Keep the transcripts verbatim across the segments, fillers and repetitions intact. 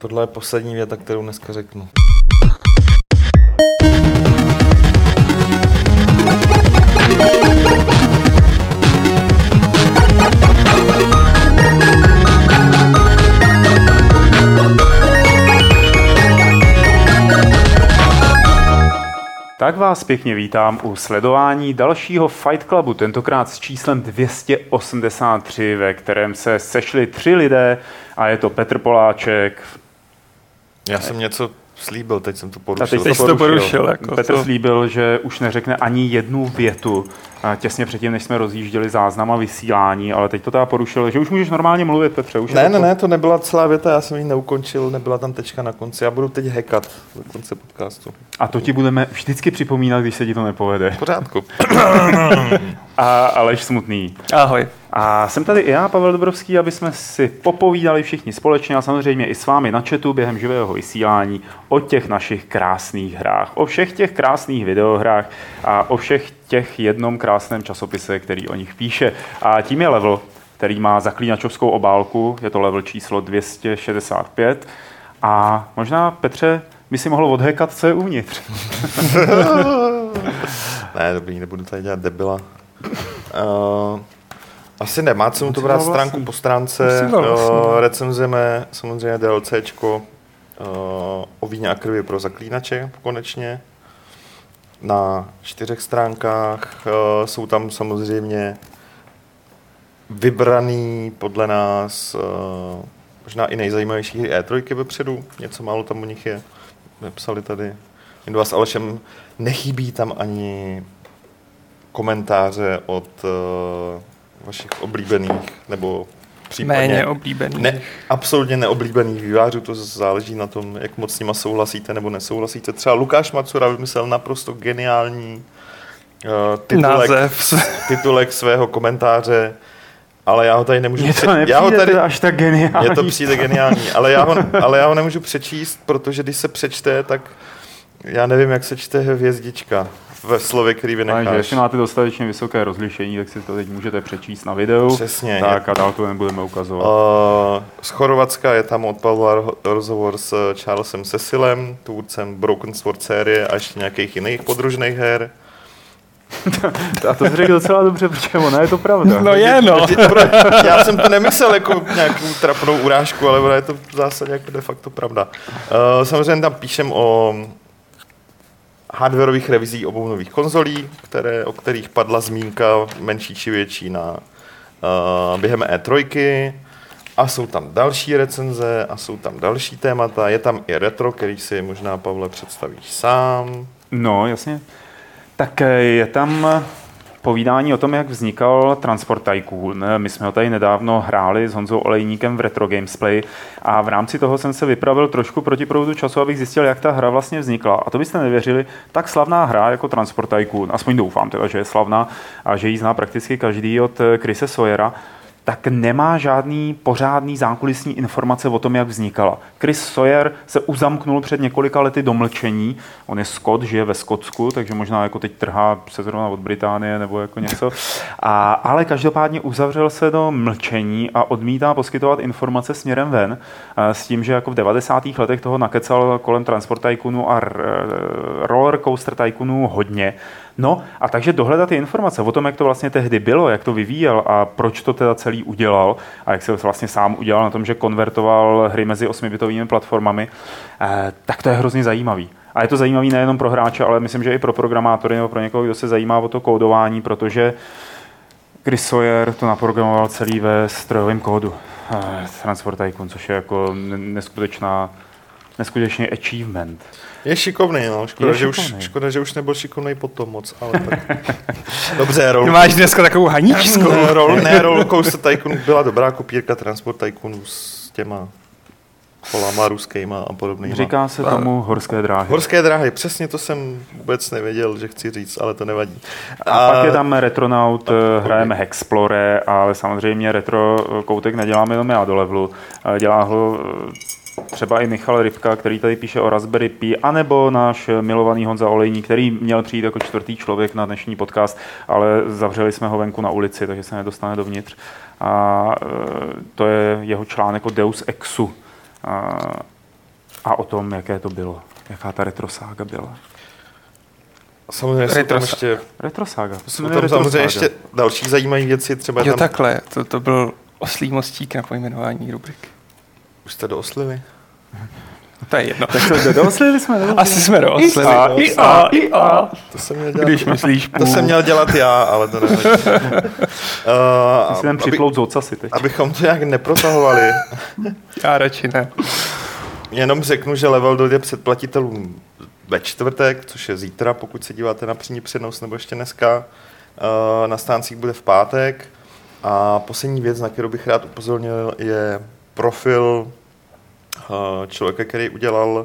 Tohle je poslední věta, kterou dneska řeknu. Tak vás pěkně vítám u sledování dalšího Fight Clubu, tentokrát s číslem dvě stě osmdesát tři, ve kterém se sešli tři lidé a je to Petr Poláček. Já jsem něco slíbil, teď jsem to porušil. A teď Teď jsi to porušil. Jako Petr to... slíbil, že už neřekne ani jednu větu těsně předtím, než jsme rozjížděli záznam a vysílání, ale teď to teda porušil, že už můžeš normálně mluvit, Petře. Už ne, to ne, ne, to nebyla celá věta, já jsem ji neukončil, nebyla tam tečka na konci. Já budu teď hackat do konce podcastu. A to ti budeme vždycky připomínat, když se ti to nepovede. V pořádku. A Aleš Smutný. Ahoj. A jsem tady i já, Pavel Dobrovský, aby jsme si popovídali všichni společně a samozřejmě i s vámi na chatu během živého vysílání o těch našich krásných hrách, o všech těch krásných videohrách a o všech těch jednom krásném časopise, který o nich píše. A tím je Level, který má zaklínačovskou obálku, je to Level číslo dvě stě šedesát pět. A možná, Petře, by si mohl odhekat, co je uvnitř. Ne, dobrý, nebudu tady dělat debila. Uh... Asi nemá cenu to brát stránku po stránce, uh, recenzujeme samozřejmě DLCčko uh, o víně a krvi pro zaklínače konečně na čtyřech stránkách, uh, jsou tam samozřejmě vybraný podle nás uh, možná i nejzajímavější hry E tři vepředu, něco málo tam u nich je, nepsali tady, jen vás Alešem, nechybí tam ani komentáře od uh, vašich oblíbených, nebo případně méně oblíbených. Ne, absolutně neoblíbených vývojářů, to záleží na tom, jak moc s nima souhlasíte nebo nesouhlasíte. Třeba Lukáš Macura vymyslel naprosto geniální uh, titulek, titulek svého komentáře, ale já ho tady nemůžu Mně to já ho tady, až tak geniální. Mně to přijde geniální, ale já, ho, ale já ho nemůžu přečíst, protože když se přečte, tak já nevím, jak se čte hvězdička ve slově, který vynecháš. Takže jestli máte dostatečně vysoké rozlišení, tak si to teď můžete přečíst na videu. Přesně. Tak a dál to nebudeme ukazovat. Uh, z Chorvatska je tam od Pavla rozhovor s Charlesem Cecilem, tvůrcem Broken Sword série a ještě nějakých jiných podružných her. A to jsi řekl docela dobře, protože ona je to pravda. No je, no. Já jsem to nemyslel jako nějakou trapnou urážku, ale ona je to v zásadě jako de facto pravda. Uh, samozřejmě tam píšem o hardwareových revizí obou nových konzolí, které, o kterých padla zmínka menší či větší na, uh, během E tři. A jsou tam další recenze a jsou tam další témata. Je tam i retro, který si možná, Pavle, představíš sám. No, jasně. Tak je tam povídání o tom, jak vznikal Transport Tycoon. My jsme ho tady nedávno hráli s Honzou Olejníkem v Retro Gamesplay a v rámci toho jsem se vypravil trošku proti proudu času, abych zjistil, jak ta hra vlastně vznikla. A to byste nevěřili, tak slavná hra jako Transport Tycoon, aspoň doufám teda, že je slavná a že ji zná prakticky každý od Chrise Sawyera, tak nemá žádný pořádný zákulisní informace o tom, jak vznikala. Chris Sawyer se uzamknul před několika lety do mlčení. On je Skot, žije ve Skotsku, takže možná jako teď trhá se zrovna od Británie nebo jako něco. A, ale každopádně uzavřel se do mlčení a odmítá poskytovat informace směrem ven s tím, že jako v devadesátých letech toho nakecal kolem Transport Tycoonu a Roller Coaster Tycoonu hodně. No a takže dohledat ty informace o tom, jak to vlastně tehdy bylo, jak to vyvíjel a proč to teda celý udělal a jak se vlastně sám udělal na tom, že konvertoval hry mezi osmibitovými platformami, eh, tak to je hrozně zajímavý. A je to zajímavý nejenom pro hráče, ale myslím, že i pro programátory nebo pro někoho, kdo se zajímá o to kódování, protože Chris Sawyer to naprogramoval celý ve strojovém kódu. Eh, Transport Tycoon, což je jako neskutečná, neskutečný achievement. Je šikovný, no. Škoda, je že šikovný. Už, škoda, že už nebyl šikovný potom moc, ale tak. Dobře, roll. Ty máš dneska takovou haničskou. Ne, roll, ne, Roller Coaster Tycoon byla dobrá kopírka Transport Tycoonu s těma kolama ruskýma a podobnýma. Říká se tomu horské dráhy. Horské dráhy, přesně to jsem vůbec nevěděl, že chci říct, ale to nevadí. A, a pak je tam Retronaut, a hrajeme Hexplore, ale samozřejmě retro koutek neděláme jenom já do Levelu. Dělá ho třeba i Michal Rybka, který tady píše o Raspberry Pi, anebo náš milovaný Honza Olejník, který měl přijít jako čtvrtý člověk na dnešní podcast, ale zavřeli jsme ho venku na ulici, takže se nedostane dovnitř. A to je jeho článek o Deus Exu. A A o tom, jaké to bylo. Jaká ta retrosága byla. Samozřejmě jsou tam ještě... Retrosága. Jsou tam samozřejmě ještě další zajímavé věci. Třeba jo, tam... takhle. To, to byl oslý mostík na pojmenování rubriky. Už jste dooslili? To je jedno. Tak to dooslili jsme. Dooslili. Asi jsme dooslili. I a, i a, i a. To jsem měl dělat, Když myslíš půl. To jsem měl dělat já, ale to nevadí. uh, Musím připlout z ocasy teď. Abychom to nějak neprotahovali. Já radši ne. Jenom řeknu, že level dojde předplatitelům ve čtvrtek, což je zítra, pokud se díváte na přímý přenos, nebo ještě dneska. Uh, na stáncích bude v pátek. A poslední věc, na kterou bych rád upozornil, je profil uh, člověka, který udělal,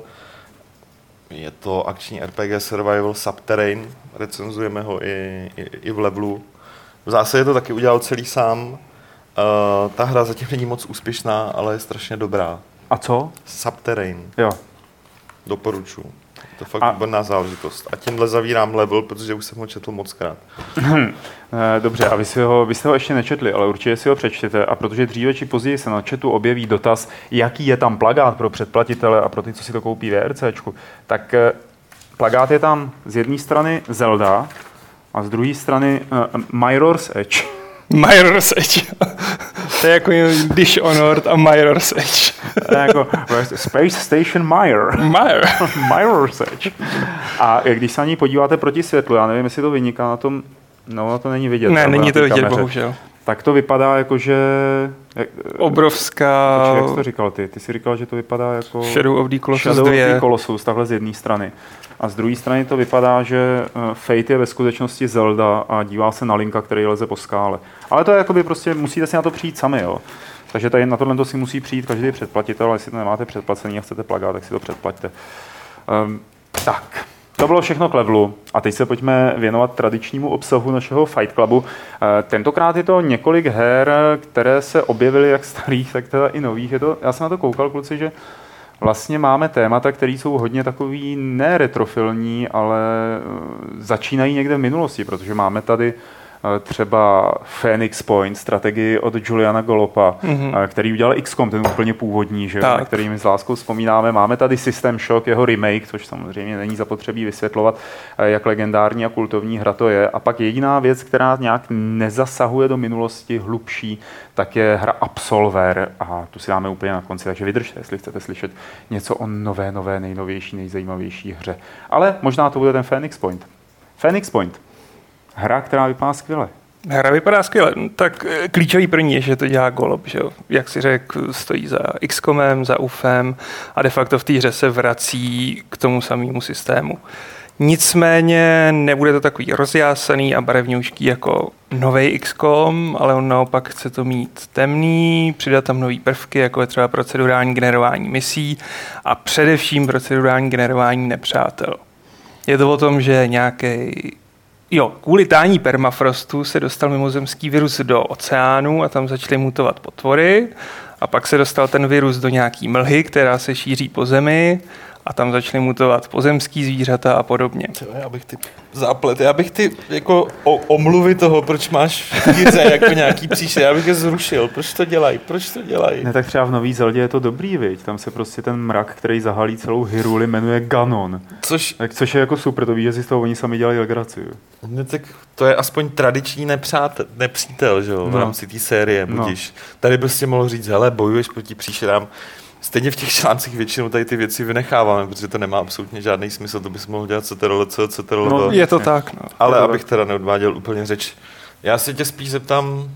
je to akční R P G Survival Subterrain, recenzujeme ho i, i, i v levelu. V zásadě to taky udělal celý sám. Uh, ta hra zatím není moc úspěšná, ale je strašně dobrá. A co? Subterrain. Jo. Doporučuji. To je fakt a... výborná záležitost. A tímhle zavírám level, protože už jsem ho četl mockrát. Dobře, a vy, si ho, vy jste ho ještě nečetli, ale určitě si ho přečtěte. A protože dříve či později se na chatu objeví dotaz, jaký je tam plagát pro předplatitele a pro ty, co si to koupí v VRCčku, tak plagát je tam z jedné strany Zelda a z druhé strany uh, Mirror's Edge. Mirror's Edge. To je jako Dishonored a Mirror's Edge. To je jako Space Station Mire. Mire. Mirror's Edge. A když se na ní podíváte proti světlu, já nevím, jestli to vyniká na tom, no na to není vidět. Ne, není to vidět, kameře. Bohužel. Tak to vypadá jako, že... Obrovská... Počkej, jak jsi to říkal ty? Ty jsi říkal, že to vypadá jako... Shadow of the Colossus Shadow dvě. of the Colossus, takhle z jedné strany. A z druhé strany to vypadá, že Fate je ve skutečnosti Zelda a dívá se na Linka, který leze po skále. Ale to je jakoby prostě, musíte si na to přijít sami, jo. Takže tady na tohle to si musí přijít každý předplatitel, ale jestli to nemáte předplacený a chcete plagát, tak si to předplaťte. Um, tak, to bylo všechno k levelu. A teď se pojďme věnovat tradičnímu obsahu našeho Fight Clubu. Tentokrát je to několik her, které se objevily jak starých, tak teda i nových. Je to, já jsem na to koukal, kluci, že vlastně máme témata, které jsou hodně takový ne retrofilní, ale začínají někde v minulosti, protože máme tady třeba Phoenix Point, strategii od Juliana Golopa, mm-hmm. který udělal X COM, ten úplně původní, že, na který my s láskou vzpomínáme. Máme tady System Shock, jeho remake, což samozřejmě není zapotřebí vysvětlovat, jak legendární a kultovní hra to je. A pak jediná věc, která nějak nezasahuje do minulosti hlubší, tak je hra Absolver a tu si dáme úplně na konci, takže vydržte, jestli chcete slyšet něco o nové, nové, nejnovější, nejzajímavější hře. Ale možná to bude ten Phoenix Point. Phoenix Point. Hra, která vypadá skvěle. Hra vypadá skvěle. Tak klíčový první je, že to dělá Golob, že jo. Jak si řekl, stojí za X COMem, za U F em a de facto v té hře se vrací k tomu samému systému. Nicméně nebude to takový rozjásaný a barevňoušký jako nový X COM, ale on naopak chce to mít temný, přidat tam nový prvky, jako je třeba procedurální generování misí a především procedurální generování nepřátel. Je to o tom, že nějaký Jo, kvůli tání permafrostu se dostal mimozemský virus do oceánu a tam začaly mutovat potvory a pak se dostal ten virus do nějaký mlhy, která se šíří po zemi a tam začaly mutovat pozemský zvířata a podobně. Já bych ty záplet, já bych ty jako o, omluvy toho, proč máš v hře jako nějaký příšer, já bych je zrušil. Proč to dělají? Proč to dělají? Ne, tak třeba v Nový Zeldě je to dobrý, viď? Tam se prostě ten mrak, který zahalí celou Hyrule, jmenuje Ganon. Což, tak, což je jako super, to víš, že si z toho oni sami dělají legraci. Ne, tak to je aspoň tradiční nepřátel, nepřítel, že jo, v rámci té série, budíš. No. Tady prostě mohl říct, hele, bojuješ proti příšerám. Stejně v těch článcích většinou tady ty věci vynecháváme, protože to nemá absolutně žádný smysl, to bys mohl dělat C T R L C, C T R L. No, je to tak, no. Ale abych teda neodváděl úplně řeč, já se tě spíš zeptám,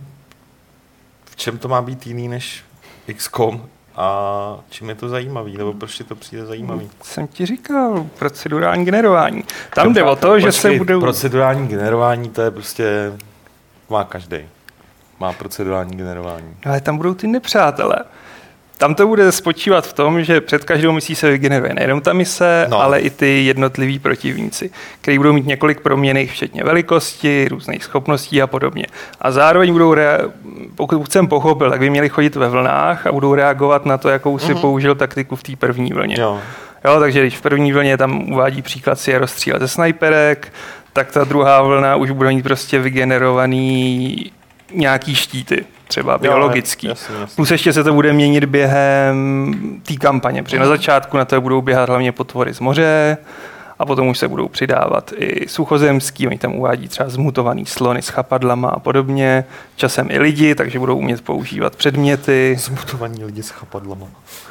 v čem to má být jiný než X COM a čím je to zajímavý, nebo proč ti to přijde zajímavý? Jsem ti říkal, procedurální generování. Tam jde o to, počkej, že se budou... Procedurální generování, to je prostě, má každý. Má procedurální generování. Ale tam budou ty nepřátelé. Tam to bude spočívat v tom, že před každou misí se vygeneruje nejenom ta mise, no. ale i ty jednotliví protivníci, kteří budou mít několik proměnných, včetně velikosti, různých schopností a podobně. A zároveň budou, rea- pokud jsem pochopil, tak by měli chodit ve vlnách a budou reagovat na to, jakou si mm-hmm. použil taktiku v té první vlně. Jo. Jo, takže když v první vlně tam uvádí příklad si je rozstřílet ze snajperek, tak ta druhá vlna už bude mít prostě vygenerovaný nějaký štíty. třeba biologický. Jo, jasný, jasný. Plus ještě se to bude měnit během té kampaně, protože na začátku na to budou běhat hlavně potvory z moře a potom už se budou přidávat i suchozemský, oni tam uvádí třeba zmutovaný slony s chapadlama a podobně, časem i lidi, takže budou umět používat předměty. Zmutovaní lidi s chapadlama.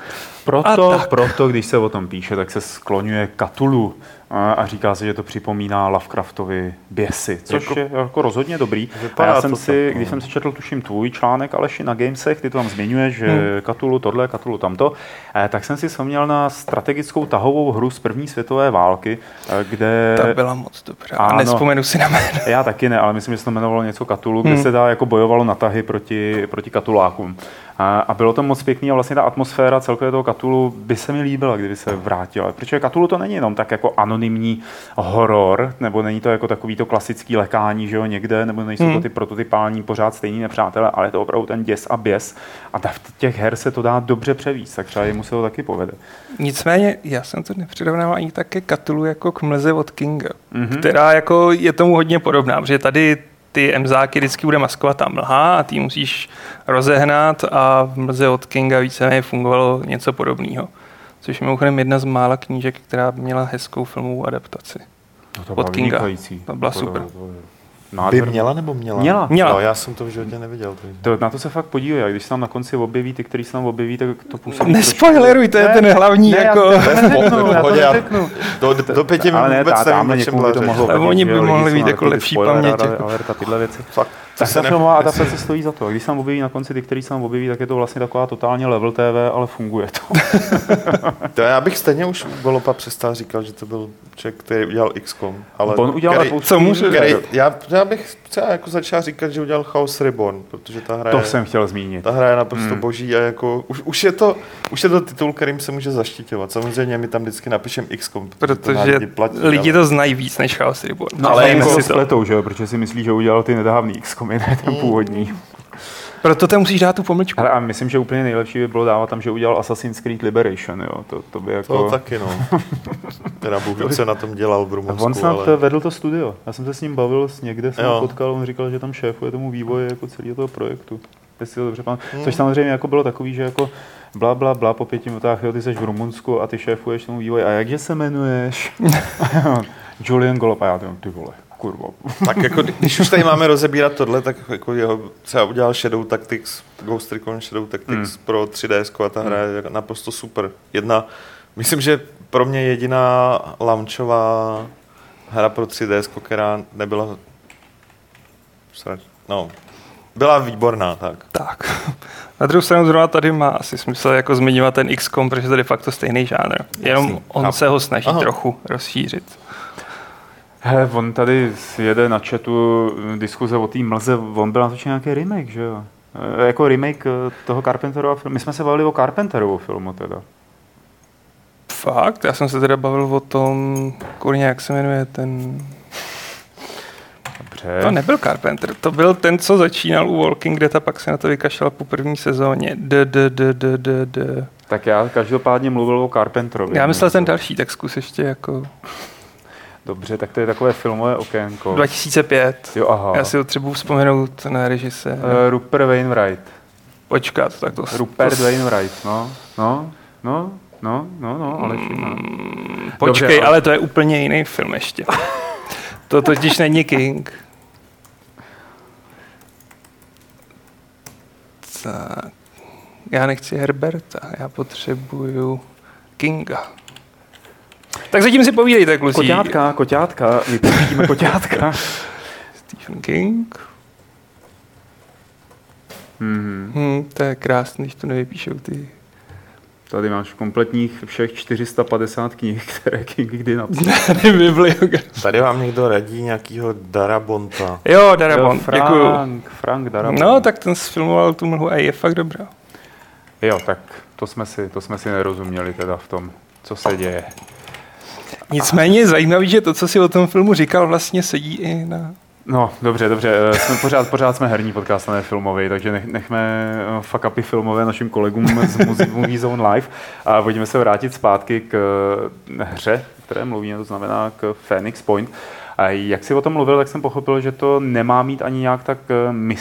Proto, proto, když se o tom píše, tak se skloňuje Cthulhu a, a říká se, že to připomíná Lovecraftovi běsy, což jako, je jako rozhodně dobrý. A já jsem si, tak, když jsem si četl, tuším, tvůj článek, Aleši, na Gamesech, ty to tam zmiňuješ, že hmm. Cthulhu tohle, Cthulhu tamto, eh, tak jsem si vzpomněl na strategickou tahovou hru z první světové války, eh, kde... Ta byla moc dobrá, ano, nespomenu si na jméno. Já taky ne, ale myslím, že se to jmenovalo něco Cthulhu, kde hmm. se dá jako bojovalo na tahy proti, proti Cthulhákům. A, a bylo to moc pěkný a vlastně ta atmosféra celkově toho Cthulhu by se mi líbila, kdyby se vrátila. Protože Cthulhu to není jenom tak jako anonymní horor, nebo není to jako takový to klasický lekání, že jo, někde, nebo nejsou hmm. to ty prototypální pořád stejný nepřátelé, ale je to opravdu ten děs a běs. A v těch her se to dá dobře převíst, tak třeba jemu se to taky povede. Nicméně, já jsem to nepřirovnával ani také Cthulhu jako k mlze od Kinga, mm-hmm. která jako je tomu hodně podobná, protože tady ty emzáky vždycky bude maskovat ta mlha a ty musíš rozehnat a v mlze od Kinga víceméně fungovalo něco podobného. Což je mimochodem jedna z mála knížek, která měla hezkou filmovou adaptaci. No to od Kinga. To byla super. By měla nebo měla? Měla. měla. No, já jsem to v životě neviděl. To, na to se fakt podívej, když se tam na konci objeví ty, který se tam objeví, tak to působí. Nespoileruj, to je ne, ten hlavní. Ne, jako... já, to neřeknu, já to neřeknu. Do, do, do pěti ale ne, vůbec tamhle někomu by to mohlo vadit. Oni by mohli být jako lepší paměť. Alerta, tyhle věci. Tak ta filmová adaptace stojí za to. A když se tam objeví na konci ty, který se tam objeví, tak je to vlastně taková totálně level T V, ale funguje to. To já bych stejně už Golopa přestal říkal, že to byl člověk, který udělal X COM. Ale on udělal který, co může který, já, já bych třeba jako začal říkat, že udělal Chaos Reborn, protože ta hra to je, jsem chtěl zmínit. Ta hra je naprosto hmm. boží a jako už, už, je to, už je to titul, kterým se může zaštiťovat. Samozřejmě my tam vždycky napíšeme X COM, protože, protože lidi, platí, lidi ale... to znají víc než Chaos Reborn. No, ale jim to spletou, že jo, protože si myslí, že udělal ty nedávný X COM, ne ten původní. Proto tam musíš dát tu pomlčku. A myslím, že úplně nejlepší by bylo dávat tam, že udělal Assassin's Creed Liberation, jo. To, to by jako... To taky, no. Teda Bůh se na tom dělal v Rumunsku, on snad ale... vedl to studio. Já jsem se s ním bavil, někde jsem ho potkal, on říkal, že tam šéfuje tomu vývoji jako celého toho projektu. Jestli to dobře pamatuju. Hmm. Což samozřejmě jako bylo takový, že jako bla, bla, bla, po pěti minutách, jo, ty jsi v Rumunsku a ty šéfuješ tomu vývoji. A jakže se jmenuješ? Julian Golob. A já ty vole. Kurva. Tak jako, když už tady máme rozebírat tohle, tak jako jeho třeba udělal Shadow Tactics, Ghost Recon Shadow Tactics hmm. pro tři dé a ta hra je naprosto super. Jedna, myslím, že pro mě jediná launchová hra pro tři dé, která nebyla no, byla výborná, tak. Tak. Na druhou stranu zrovna tady má asi smysl jako zmiňovat ten X COM, protože to je de facto stejný žánr. Jenom Jasný. on Chápu. se ho snaží Aha. trochu rozšířit. Hele, on tady jede na chatu diskuze o té mlze, on byl natočen nějaký remake, že jo? E, jako remake toho Carpenterova filmu. My jsme se bavili o Carpenterovu filmu teda. Fakt? Já jsem se teda bavil o tom, kurně, jak se jmenuje ten... Dobře. To nebyl Carpenter, to byl ten, co začínal u Walking Dead a pak se na to vykašlal po první sezóně. D, d, d, d, d, d. Tak já každopádně mluvil o Carpenterovi. Já myslel ten další, tak zkus ještě jako... Dobře, tak to je takové filmové okénko. dva tisíce pět. Jo, aha. Já si ho třeba vzpomenout na režise. Uh, Rupert Wainwright. Počkat, tak to... Rupert to... Wainwright, no, no, no, no, no, no, ale mm, Počkej, Dobře, ale... ale to je úplně jiný film ještě. To totiž není King. Tak, já nechci Herberta, já potřebuju Kinga. Tak zatím si povídejte, kluci. Koťátka, koťátka, vypouštíme koťátka. Stephen King. Mm-hmm. Hmm, to je krásný, když to nevypíšou ty. Tady máš kompletních všech čtyři sta padesát knih, které King kdy napsal. Tady vám někdo radí nějakýho Darabonta. Jo, Darabont, Frank, děkuju. Frank Darabont. No, tak ten sfilmoval tu mlhu a je fakt dobrá. Jo, tak to jsme si, to jsme si nerozuměli teda v tom, co se děje. Nicméně je zajímavý, že to, co si o tom filmu říkal, vlastně sedí i na... No, dobře, dobře. Jsme pořád, pořád jsme herní podcast, a ne filmový, takže nech, nechme fuck upy filmové našim kolegům z Movie Zone Live a pojďme se vrátit zpátky k hře, které mluvíme, to znamená k Phoenix Point. A jak jsi o tom mluvil, tak jsem pochopil, že to nemá mít ani nějak tak mis,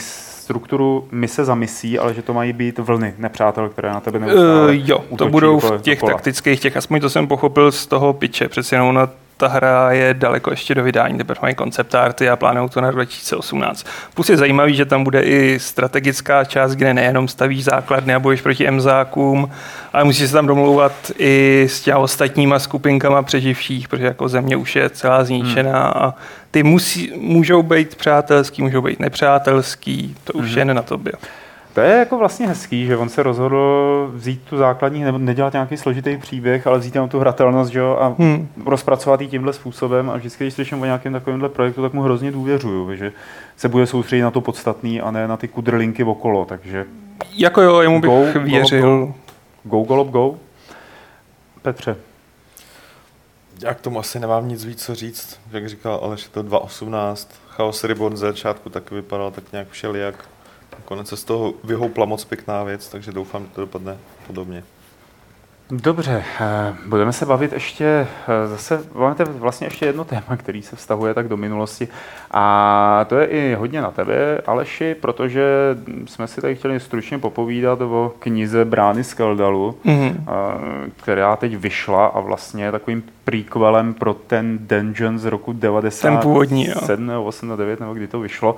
strukturu mise za misí, ale že to mají být vlny nepřátel, které na tebe neustále uh, Jo, to budou v těch dokola. Taktických těch, aspoň to jsem pochopil z toho pitche, přeci jenom na ta hra je daleko ještě do vydání, teprve mají koncept arty a plánují to na dva tisíce osmnáct. Plus je zajímavý, že tam bude i strategická část, kde nejenom stavíš základny a bojuješ proti emzákům, ale musíš se tam domlouvat i s těma ostatníma skupinkama přeživších, protože jako země už je celá zničená hmm. a ty musí, můžou být přátelský, můžou být nepřátelský, to už hmm. je na tobě. To je jako vlastně hezký, že on se rozhodl vzít tu základní, nebo nedělat nějaký složitý příběh, ale vzít tam tu hratelnost, že jo, a hmm. rozpracovat ji tímhle způsobem. A vždycky, když slyším o nějakém takovémhle projektu, tak mu hrozně důvěřuju, že se bude soustředit na to podstatný a ne na ty kudrlinky okolo, takže... Jako jo, jemu bych go, věřil. Go, Golob, go. Petře. Já k tomu asi nemám nic víc co říct, jak říkal Aleš, je to dva osmnáct. Chaos Reborn z začátku taky vypadal tak nějak všelijak. Konec se z toho vyhoupla moc pěkná věc, takže doufám, že to dopadne podobně. Dobře, budeme se bavit ještě, zase máme vlastně ještě jedno téma, který se vztahuje tak do minulosti a to je i hodně na tebe, Aleši, protože jsme si tady chtěli stručně popovídat o knize Brány Skeldalu, mm-hmm. která teď vyšla a vlastně je takovým prequelem pro ten dungeon z roku devadesát sedm nebo osmdesát devět, nebo kdy to vyšlo.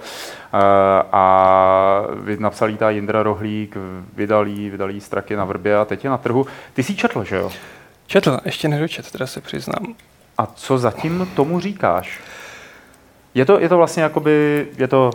A napsal ta Jindra Rohlík, vydal jí, vydal jí Straky na vrbě a teď je na trhu. Ty jsi četl, že jo? Četl, ještě nedočet, teda se přiznám. A co zatím tomu říkáš? Je to, je to vlastně jakoby, je to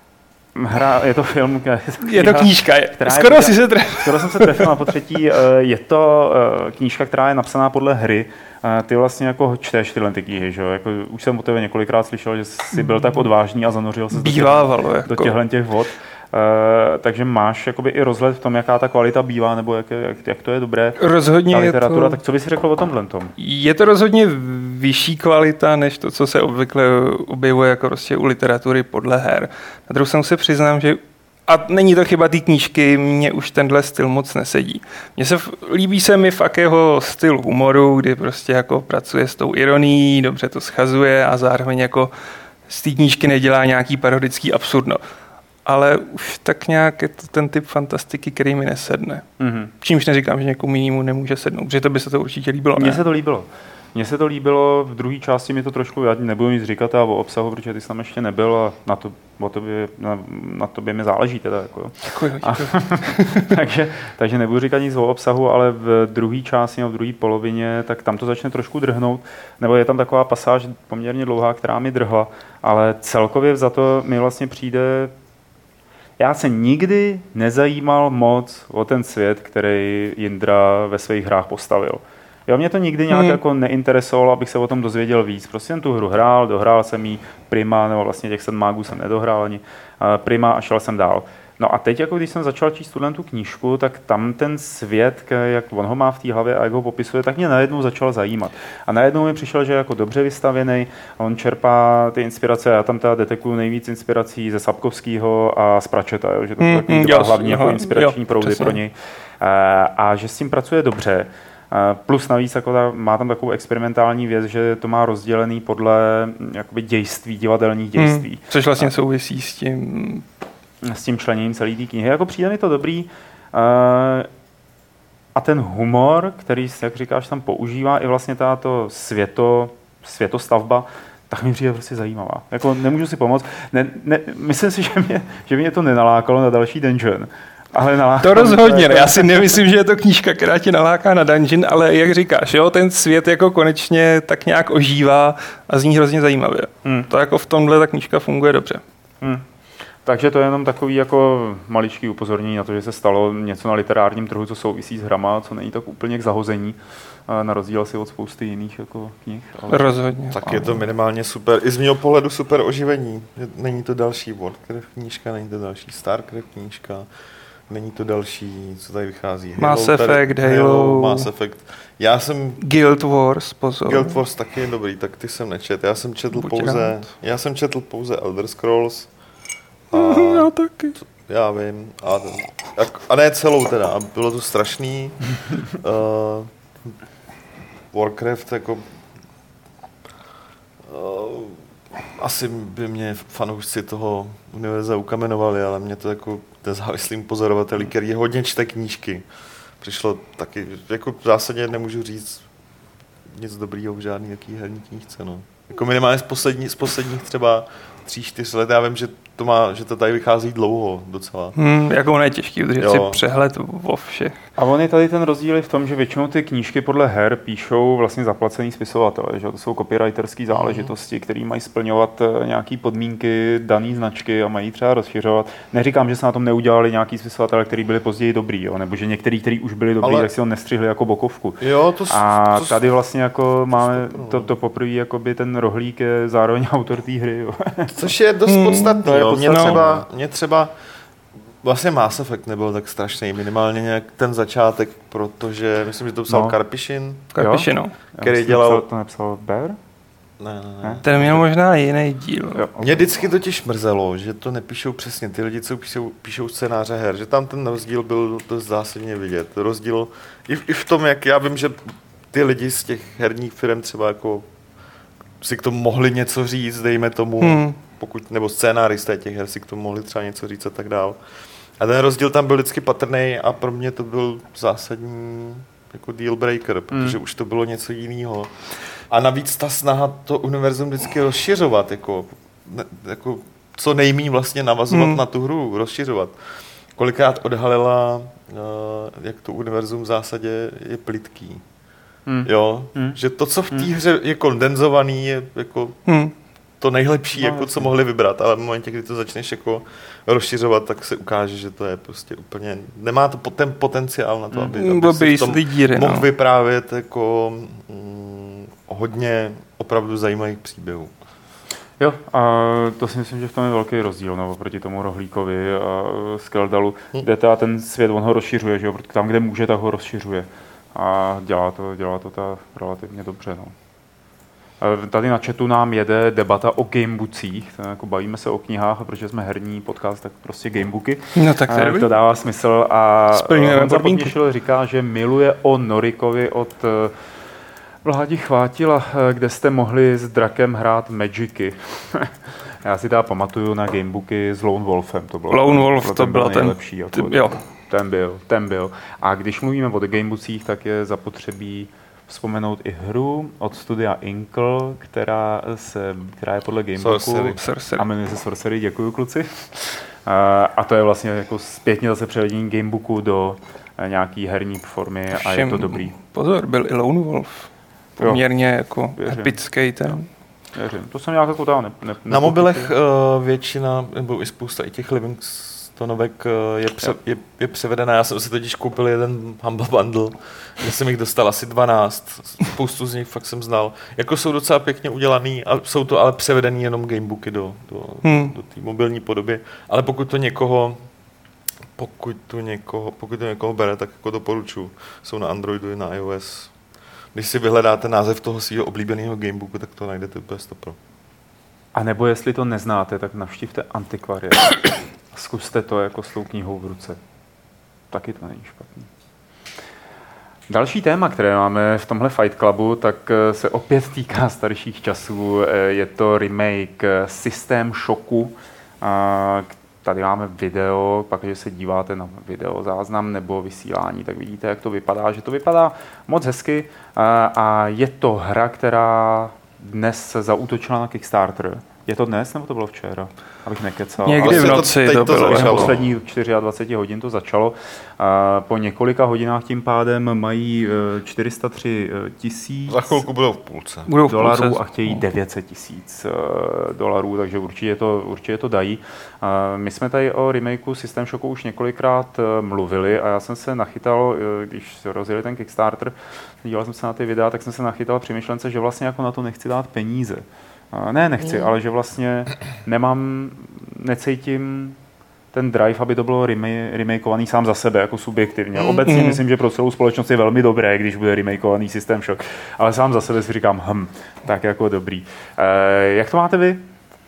hra, je to film, kniha, je to knížka, která skoro, je, si se trefil. skoro jsem se trefil na potřetí. Je to knížka, která je napsaná podle hry. Ty vlastně jako čteš tyhle ty knihy, že jo? Jako, už jsem o tebe několikrát slyšel, že jsi byl tak odvážný a zanořil se Bývávalo, do těchto těch vod. Uh, takže máš jakoby i rozhled v tom, jaká ta kvalita bývá, nebo jak, jak, jak to je dobré. Rozhodně ta literatura, je to, tak co bys řekl o tomhle tom? Je to rozhodně vyšší kvalita, než to, co se obvykle objevuje jako prostě u literatury podle her. Na druhou stranu se přiznám, že a není to chyba té knížky, mně už tenhle styl moc nesedí. Mně se líbí se mi fakt jeho styl humoru, kdy prostě jako pracuje s tou ironií, dobře to schazuje a zároveň jako z té knížky nedělá nějaký parodický absurdno. Ale už tak nějak je to ten typ fantastiky, který mi nesedne. Mm-hmm. Čímž neříkám, že někomu jinému nemůže sednout, protože to by se to určitě líbilo. Mně se to líbilo. Mně se to líbilo, v druhé části mi to trošku, já nebudu nic říkat a o obsahu, protože ty jsi tam ještě nebyl a na to, o tobě, na, na tobě mi záleží teda. Jako, děkuji, děkuji. A, takže, takže nebudu říkat nic o obsahu, ale v druhé části, no v druhé polovině, tak tam to začne trošku drhnout, nebo je tam taková pasáž poměrně dlouhá, která mi drhla, ale celkově za to mi vlastně přijde. Já se nikdy nezajímal moc o ten svět, který Jindra ve svých hrách postavil. Jo, mě to nikdy nějak hmm. jako neinteresovalo, abych se o tom dozvěděl víc. Prostě jsem tu hru hrál, dohrál jsem jí prima, nebo vlastně těch sedm mágů jsem nedohrál ani prima a šel jsem dál. No a teď, jako když jsem začal číst tu knížku, tak tam ten svět, jak on ho má v té hlavě a jak ho popisuje, tak mě najednou začal zajímat. A najednou mi přišel, že je jako dobře vystavěný, on čerpá ty inspirace, já tam teda detekuju nejvíc inspirací ze Sapkovského a z Pratchetta, jo, že to jsou takový mm, dva hlavní jako inspirační jo, proudy přesně pro něj. A, a že s tím pracuje dobře. Plus navíc jako ta, má tam takovou experimentální věc, že to má rozdělený podle jakoby dějství, divadelních dějství. Hmm, což vlastně souvisí s tím... S tím členěním celé té knihy. Jako přijde mi to dobrý. A ten humor, který, jak říkáš, tam používá, i vlastně tato světo, světostavba, tak mi přijde prostě zajímavá. Jako nemůžu si pomoct. Ne, ne, myslím si, že mě, že mě to nenalákalo na další dungeon. Ale to rozhodně, já si nemyslím, že je to knížka, která tě naláká na dungeon, ale jak říkáš, jo, ten svět jako konečně tak nějak ožívá a zní hrozně zajímavě. Hmm. To jako v tomhle ta knížka funguje dobře. Hmm. Takže to je jenom takový jako maličký upozornění na to, že se stalo něco na literárním trhu, co souvisí s hrama, co není tak úplně k zahození, na rozdíl asi od spousty jiných jako knih. Ale... Rozhodně. Tak je to minimálně super, i z mého pohledu super oživení. Není to další Warcraft knížka, není to další Starcraft knížka. Není to další, co tady vychází. Mass Effect, Halo, Halo, Mass Effect. Já jsem... Guild Wars, pozor. Guild Wars taky je dobrý, tak ty jsem nečet. Já jsem četl Buď pouze... Rád. Já jsem četl pouze Elder Scrolls. A, já taky. Já vím. A, jak, a ne celou teda. A bylo to strašný. uh, Warcraft jako... Uh, asi by mě fanoušci toho univerza ukamenovali, ale mě to jako nezávislým pozorovateli, který hodně čte knížky, přišlo taky, jako v zásadě nemůžu říct nic dobrýho v žádný jaký herní knížce, no. Jako minimálně z, poslední, z posledních třeba tří, čtyř let, já vím, že to, má, že to tady vychází dlouho docela. Hmm, jako ono je těžký udržet si přehled o všech. A on je tady ten rozdíl v tom, že většinou ty knížky podle her píšou vlastně zaplacený spisovatele, že to jsou copywriterské záležitosti, které mají splňovat nějaké podmínky dané značky a mají třeba rozšiřovat. Neříkám, že se na tom neudělali nějaký spisovatele, který byli později dobrý, jo? Nebo že některý, který už byli dobrý, ale... tak si ho nestřihli jako bokovku. Jo, to, a to, tady vlastně jako máme to, to poprvé jakoby ten rohlík je zároveň autor té hry. Jo? Což je dost podstatné. Hmm, mě, třeba, mě třeba vlastně Mass Effect nebyl tak strašný, minimálně nějak ten začátek, protože myslím, že to psal no. Karpišin. Karpišin, no. Který dělal... To nepsal Bear? Ne, ne, ne. Ten měl možná jiný díl. Jo, okay. Mě vždycky totiž mrzelo, že to nepíšou přesně ty lidi, co píšou, píšou scénáře her, že tam ten rozdíl byl dost zásadně vidět. Rozdíl i v, i v tom, jak já vím, že ty lidi z těch herních firm třeba jako si k tomu mohli něco říct, dejme tomu, hmm. pokud, nebo scénáristé těch her si k tomu mohli třeba něco říct a tak dál. A ten rozdíl tam byl vždycky patrný a pro mě to byl zásadní jako deal breaker, protože hmm. už to bylo něco jiného. A navíc ta snaha to univerzum vždycky rozšiřovat, jako, ne, jako co nejméně vlastně navazovat hmm. na tu hru, rozšiřovat. Kolikrát odhalila, uh, jak to univerzum v zásadě je plytký. Hmm. Jo, hmm. že to, co v té hře je kondenzovaný, je jako hmm. to nejlepší, no, jako, co mohli vybrat, ale v momentě, kdy to začneš jako rozšiřovat, tak se ukáže, že to je prostě úplně, nemá to ten potenciál na to, aby, hmm. aby si v tom díry, mohl no. vyprávět jako mm, hodně opravdu zajímavých příběhů. Jo, a to si myslím, že v tom je velký rozdíl, nebo proti tomu Rohlíkovi a Skeldalu, hmm. kde ta, ten svět, on ho rozšiřuje, že jo, protože tam, kde může, tak ho rozšiřuje. A dělá to, dělá to ta relativně dobře. No. Tady na chatu nám jede debata o gamebookích. Jako bavíme se o knihách, a protože jsme herní podcast, tak prostě gamebooky. No tak to, to dává smysl. A Honza Podněšil říká, že miluje o Norikovi od Vládi Chvátila, kde jste mohli s drakem hrát Magicy. Já si teda pamatuju na gamebooky s Lone Wolfem. To bylo, Lone Wolf, to, to byl ten nejlepší. Jako, jo. Ten byl, ten byl. A když mluvíme o gamebookích, tak je zapotřebí vzpomenout i hru od studia Inkle, která, se, která je podle gamebooku a jmenuje se Sorcery, děkuju kluci. A to je vlastně jako zpětně zase převedení gamebooku do nějaký herní formy a je to dobrý. Pozor, byl i Lone Wolf. Poměrně jo, jako věřím. Epický ten. Věřím. To jsem nějak jako dál ne, ne, Na mobilech uh, většina, nebo i spousta i těch Livingstonovek je, pře, je, je převedená. Já jsem si totiž koupil jeden Humble Bundle, kde jsem jich dostal asi dvanáct. Spoustu z nich fakt jsem znal. Jako jsou docela pěkně udělaný, a jsou to ale převedený jenom gamebooky do, do, hmm. do té mobilní podoby. Ale pokud to někoho pokud to někoho, pokud to někoho bere, tak jako doporučuji. Jsou na Androidu i na iOS. Když si vyhledáte název toho svého oblíbeného gamebooku, tak to najdete úplně sto procent. A nebo jestli to neznáte, tak navštivte antikvariát a zkuste to jako s tou knihou v ruce. Taky to není špatný. Další téma, které máme v tomhle Fight Clubu, tak se opět týká starších časů. Je to remake System Shocku. Tady máme video, pak když se díváte na video záznam nebo vysílání, tak vidíte, jak to vypadá, že to vypadá moc hezky a je to hra, která dnes zaútočila na Kickstarter. Je to dnes, nebo to bylo včera? Abych nekecal. Někdy v noci to, to bylo. Začalo. Poslední dvacet čtyři hodin to začalo. Po několika hodinách tím pádem mají čtyři sta tři tisíc Za chvilku budou v půlce. Budou v dolarů půlce. A chtějí devět set tisíc dolarů, takže určitě to, určitě to dají. My jsme tady o remakeu System Shocku už několikrát mluvili a já jsem se nachytal, když rozjeli ten Kickstarter, díval jsem se na ty videa, tak jsem se nachytal při myšlence, že vlastně jako na to nechci dát peníze. Ne, nechci, ale že vlastně nemám, necítím ten drive, aby to bylo remakeovaný sám za sebe, jako subjektivně. Obecně mm. myslím, že pro celou společnost je velmi dobré, když bude remakeovaný System Shock, ale sám za sebe si říkám, hm, tak jako dobrý. E, jak to máte vy?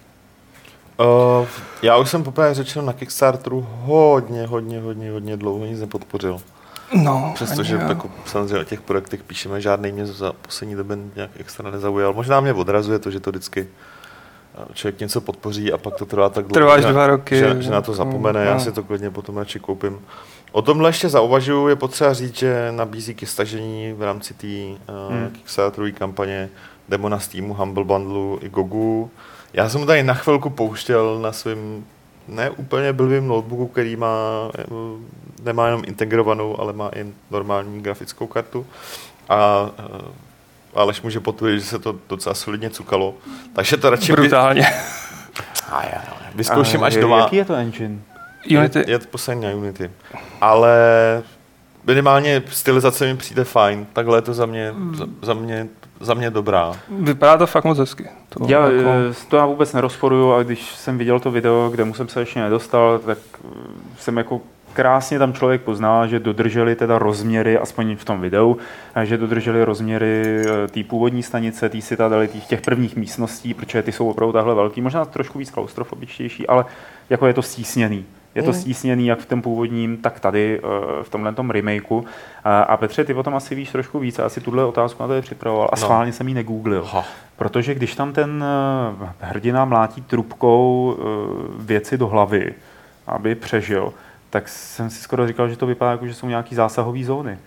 Uh, já už jsem poprvé řečeno na Kickstarteru hodně, hodně, hodně, hodně dlouho nic nepodpořil. No, Přestože jako, samozřejmě o těch projektech píšeme, žádný mě za poslední době nějak extra nezaujal. Možná mě odrazuje to, že to vždycky člověk něco podpoří a pak to trvá tak dlouho, Trváš dva roky, že, že na to zapomene, mm, já si to klidně potom radši koupím. O tomhle ještě zauvažuji, je potřeba říct, že nabízí ke stažení v rámci té uh, hmm. Kickstarterové kampaně demo na Steamu, Humble Bundlu i Gogu. Já jsem tady na chvilku pouštěl na svém ne úplně blbým notebooku, který má, nemá jenom integrovanou, ale má i normální grafickou kartu. A uh, Aleš může potvrdit, že se to docela solidně cukalo. Takže to radši... Brutálně. A já, vyzkouším až doma. Jaký je to engine? Unity. Je, je to poslední na Unity. Ale minimálně stylizace mi přijde fajn. Takhle je to za mě, za, za mě, za mě dobrá. Vypadá to fakt moc hezky. To, já jako... to já vůbec nerozporuju, a když jsem viděl to video, kde mu jsem se ještě nedostal, tak jsem jako krásně tam člověk pozná, že dodrželi teda rozměry, aspoň v tom videu, že dodrželi rozměry té původní stanice, té citadely, těch prvních místností, protože ty jsou opravdu takhle velký, možná trošku víc klaustrofobičtější, ale jako je to stísněný. Je to stísněný jak v tom původním, tak tady v tomhletom remakeu. A Petře, ty o tom asi víš trošku víc. Já si tuhle otázku na to připravoval a schválně jsem ji negooglil. Ha. Protože když tam ten hrdina mlátí trubkou věci do hlavy, aby přežil, tak jsem si skoro říkal, že to vypadá jako, že jsou nějaký zásahové zóny.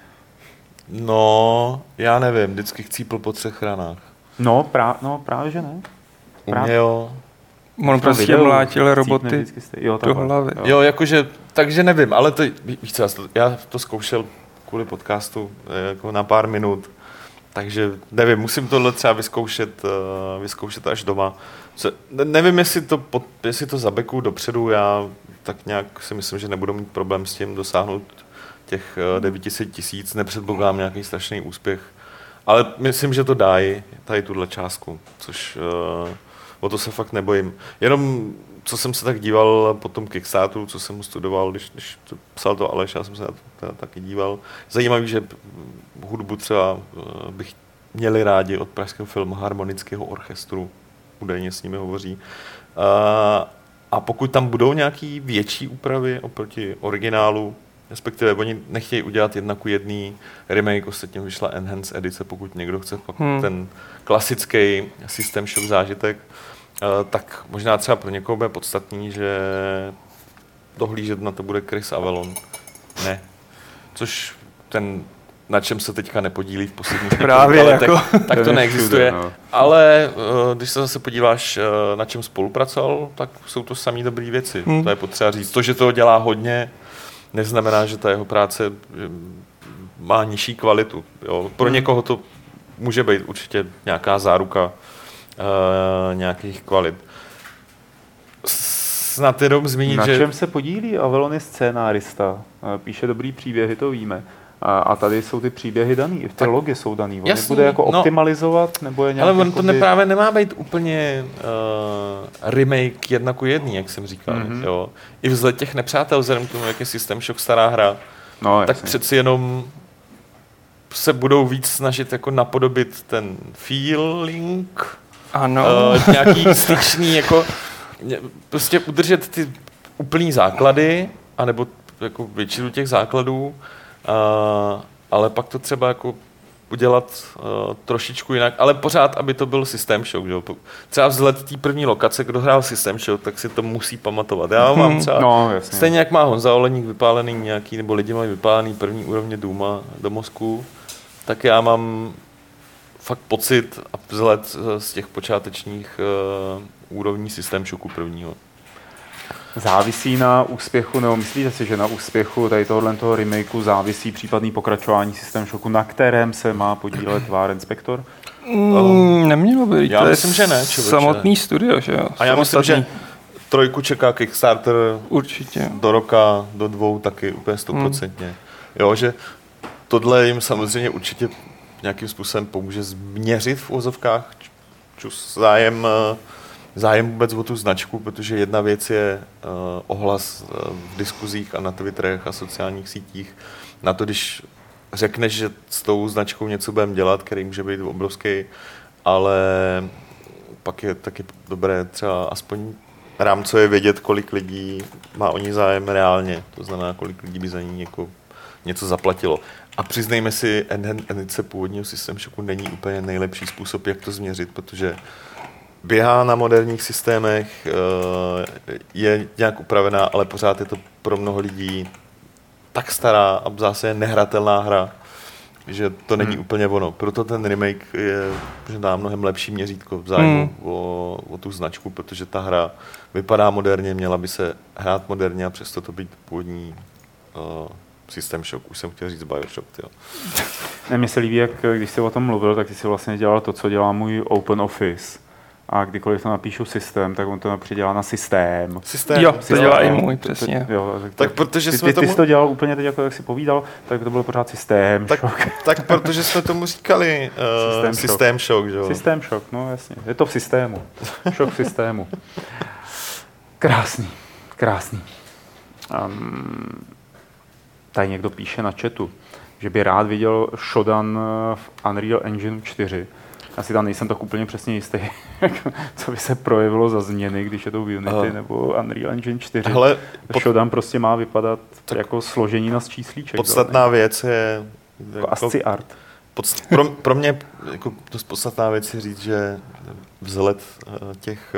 No, já nevím, vždycky chcípl po třech ranách. No, prá- no právě, že ne. Právě. Jo. On prostě videu, mlátil roboty jo, do hlavy. Jo. jo, jakože, takže nevím, ale to, víš co, já to zkoušel kvůli podcastu jako na pár minut, takže nevím, musím tohle třeba vyzkoušet, uh, vyzkoušet až doma. Co, nevím, jestli to, pod, jestli to zabeku dopředu, já tak nějak si myslím, že nebudu mít problém s tím dosáhnout těch uh, devět set tisíc, nepředpokládám nějaký strašný úspěch, ale myslím, že to dají, tady tuhle částku, což... Uh, O to se fakt nebojím. Jenom, co jsem se tak díval po tom Kickstarteru, co jsem studoval, když, když to psal to Aleš, já jsem se na to taky díval. Zajímavý, že hudbu třeba bych měli rádi od pražského filharmonického orchestru, údajně s nimi hovoří. A, a pokud tam budou nějaký větší úpravy oproti originálu, respektive oni nechtějí udělat jedna ku jedný remake, ostatně vyšla Enhanced edice, pokud někdo chce pak hmm. ten klasický System Shock zážitek, tak možná třeba pro někoho bude podstatný, že dohlížet na to bude Chris Avellone. Ne. Což ten, na čem se teďka nepodílí v posledních Právě letech, jako. tak to neexistuje. No. Ale když se zase podíváš, na čem spolupracoval, tak jsou to samý dobrý věci. Hmm. To je potřeba říct. To, že to dělá hodně, neznamená, že ta jeho práce má nižší kvalitu. Jo. Pro někoho to může být určitě nějaká záruka uh, nějakých kvalit. Snad jenom zmínit, Na že... čem se podílí Avellone je scénárista. Píše dobrý příběhy, to víme. A, a tady jsou ty příběhy daný, i v té logy jsou daný. On je bude jako optimalizovat, no, nebo je nějaký... Ale on to jakoby... právě nemá být úplně uh, remake jedna ku jedný, jak jsem říkal. Mm-hmm. Jo. I vzhled těch nepřátel, vzhledem k tomu, jak je System Shock stará hra, no, tak přeci jenom se budou víc snažit jako napodobit ten feeling, ano. Uh, nějaký styčný, jako prostě udržet ty úplný základy, anebo jako většinu těch základů, Uh, ale pak to třeba jako udělat uh, trošičku jinak, ale pořád, aby to byl System Shock. Jo? Třeba vzhled té první lokace, kdo hrál System Shock, tak si to musí pamatovat. Já mám třeba, no, stejně jak má Honza Oleník vypálený nějaký, nebo lidi mají vypálený první úrovně Duma do mozku, tak já mám fakt pocit a vzhled z těch počátečních uh, úrovní System Shocku prvního. Závisí na úspěchu, nebo myslíte si, že na úspěchu tady tohohle toho remakeu závisí případný pokračování System Shocku, na kterém se má podílet War Inspector? Mm, nemělo by. Já to myslím, že ne. Člověče. Samotný studio, že jo? A já myslím, že trojku čeká Kickstarter určitě do roka, do dvou taky úplně stoprocentně. Hmm. Jo, že tohle jim samozřejmě určitě nějakým způsobem pomůže změřit v uvozovkách čus zájem zájem vůbec o tu značku, protože jedna věc je uh, ohlas uh, v diskuzích a na Twitterech a sociálních sítích. Na to, když řekneš, že s tou značkou něco budeme dělat, který může být obrovský, ale pak je taky dobré třeba aspoň rámcově vědět, kolik lidí má o ní zájem reálně. To znamená, kolik lidí by za ní jako něco zaplatilo. A přiznejme si, edice původního System Shocku není úplně nejlepší způsob, jak to změřit, protože běhá na moderních systémech, je nějak upravená, ale pořád je to pro mnoho lidí tak stará a v zásadě nehratelná hra, že to není hmm. úplně ono. Proto ten remake je možná mnohem lepší měřítko v zájmu hmm. o, o tu značku, protože ta hra vypadá moderně, měla by se hrát moderně a přesto to být původní uh, System Shock. Už jsem chtěl říct Bioshock. Jo. Ne, mně se líbí, jak když jsi o tom mluvil, tak ty jsi vlastně dělal to, co dělá můj Open Office. A kdykoliv to napíšu systém, tak on to přidělá na systém. Systém. Jo, to dělá i můj, přesně. Jo, tak, tak protože ty, jsme ty, tomu... ty jsi to dělal úplně teď, jako jak jsi povídal, tak to bylo pořád systém tak, shock. Tak protože jsme tomu říkali uh, systém, systém shock. shock, že jo? Systém shock, no jasně. Je to v systému. Shock v systému. Krásný, krásný. Um, tady někdo píše na chatu, že by rád viděl Shodan v Unreal Engine čtyři. Asi tam nejsem tak úplně přesně jistý, co by se projevilo za změny, když je to v Unity Aha. nebo Unreal Engine čtyři. Hele, pod... Shodan prostě má vypadat jako složení na z číslíček. Podstatná ne? věc je... Jako Asci art. Podst... Pro, pro mě jako dost podstatná věc je říct, že vzhled těch...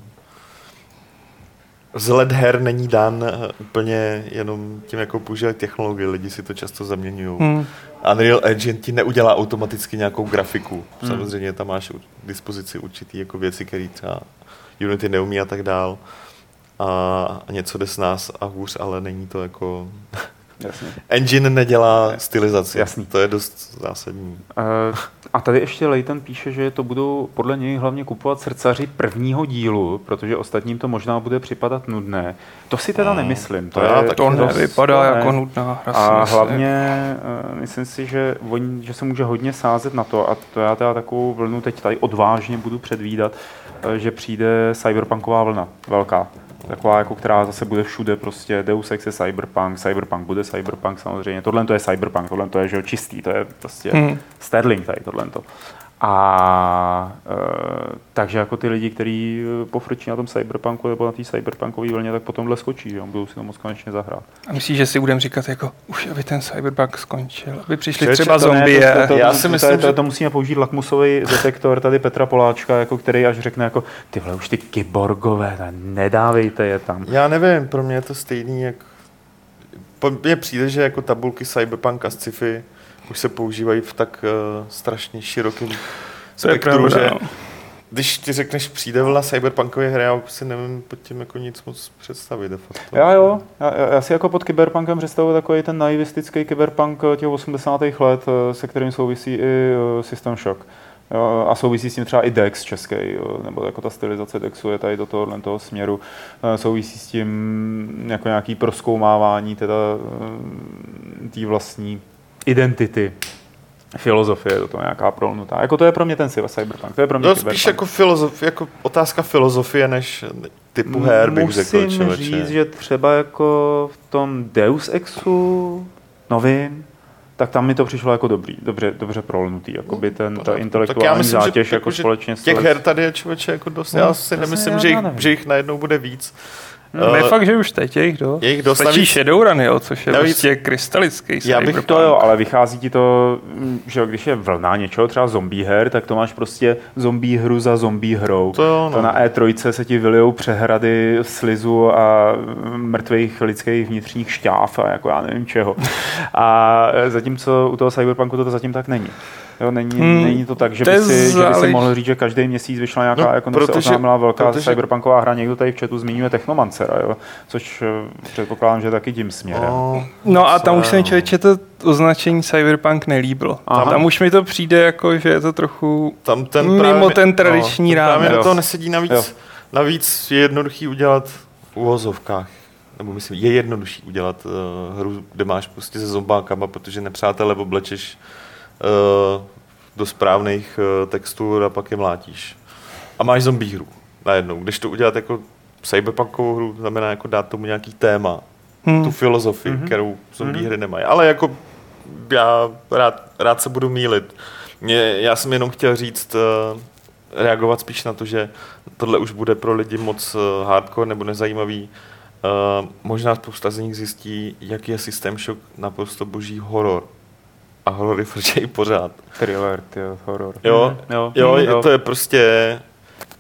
Vzhled her není dán úplně jenom tím, jako používají technologie. Lidi si to často zaměňují. Hmm. Unreal Engine ti neudělá automaticky nějakou grafiku. Hmm. Samozřejmě tam máš k dispozici určitý jako věci, které třeba Unity neumí a tak dál. A něco jde s nás a hůř, ale není to jako... Jasně. Engine nedělá stylizaci. Jasný. To je dost zásadní. Uh, a tady ještě Leighton píše, že to budou podle něj hlavně kupovat srdcaři prvního dílu, protože ostatním to možná bude připadat nudné. To si teda no, nemyslím. To, to, je, to nevypadá ne. jako nudná hra. A hlavně uh, myslím si, že, on, že se může hodně sázet na to, a to já teda takovou vlnu teď tady odvážně budu předvídat, uh, že přijde cyberpunková vlna, velká. Taková, jako, která zase bude všude, prostě Deus Ex je cyberpunk, cyberpunk bude cyberpunk samozřejmě, tohle to je cyberpunk, tohle to je že čistý, to je prostě hmm. Sterling tady tohle to. A e, takže jako ty lidi, kteří pofrčí na tom cyberpunku nebo na té cyberpunkové vlně, tak potom skočí, že budou si to moc konečně zahrát. A myslíš, že si budeme říkat jako, už aby ten cyberpunk skončil, aby přišli Čeče, třeba zombie. To, to, to, Já si myslím, to, to, to musíme použít lakmusový detektor tady Petra Poláčka, jako který až řekne jako, ty vole, už ty kyborgové, nedávejte je tam. Já nevím, pro mě je to stejný, jak mně přijde, že jako tabulky cyberpunk a sci-fi už se používají v tak uh, strašně širokém spektru, že když ti řekneš přijde vlna cyberpunkové hry, já si nevím pod tím jako nic moc představit. De facto. Já jo, já, já si jako pod kyberpunkem představuji takový ten naivistický kyberpunk těch osmdesátých let, se kterým souvisí i uh, System Shock. Jo, a souvisí s tím třeba i Dex český, jo, nebo jako ta stylizace Dexu je tady do tohohle toho směru. Souvisí s tím jako nějaký prozkoumávání teda té vlastní identity, filozofie, do toho nějaká prolnutá. Jako to je pro mě ten cyberpunk, to je pro mě to cyberpunk. Spíš jako, filozof, jako otázka filozofie, než typu her, bych řekl. Musím říct, že třeba jako v tom Deus Exu novým, tak tam mi to přišlo jako dobrý, dobře, dobře prolnutý, jakoby ten, ta intelektuální myslím, zátěž že, jako že společně. Těch her tady je člověče jako dost, no, já si nemyslím, já že, jich, že jich najednou bude víc. No, uh, je fakt, že už teď je jich dost. Je jich dost. Stačí Shadowrun, jo, což je navíc, prostě krystalický já bych to jo, ale vychází ti to, že když je vlna něčeho, třeba zombie her, tak to máš prostě zombie hru za zombie hrou. To, jo, no. To na E tři se ti vylijou přehrady slizu a mrtvých lidských vnitřních šťáv a jako já nevím čeho. A zatímco u toho cyberpunku to zatím tak není. Jo, není, hmm, není to tak, že by, si, že by si mohl říct, že každý měsíc vyšla nějaká, no, jako protože, se oznámila velká protože, cyberpunková hra, někdo tady v chatu zmiňuje Technomancera, jo, což předpokládám, že taky tím směrem. Oh, no a tam už se mi člověče to označení cyberpunk nelíbilo. Aha. Tam už mi to přijde jako, že je to trochu tam ten mimo právě, ten tradiční no, rámec. Právě do toho nesedí navíc, navíc je jednoduchý udělat v uvozovkách. Nebo myslím, je jednodušší udělat uh, hru, kde máš prostě se zombákama, protože nepřátelé oblečeš Uh, do správných uh, textur a pak je mlátíš. A máš zombie hru najednou. Když to udělat jako cyberpunkovou hru, znamená jako dát tomu nějaký téma, hmm. tu filozofii, hmm. kterou zombie hmm. hry nemají. Ale jako já rád, rád se budu mýlit. Mě, já jsem jenom chtěl říct, uh, reagovat spíš na to, že tohle už bude pro lidi moc uh, hardcore nebo nezajímavý. Uh, možná spousta z nich zjistí, jaký je System Shock naprosto boží horor. A horory frčejí pořád. Thriller, tyjo, horor. Jo, jo, jo, jo, to je prostě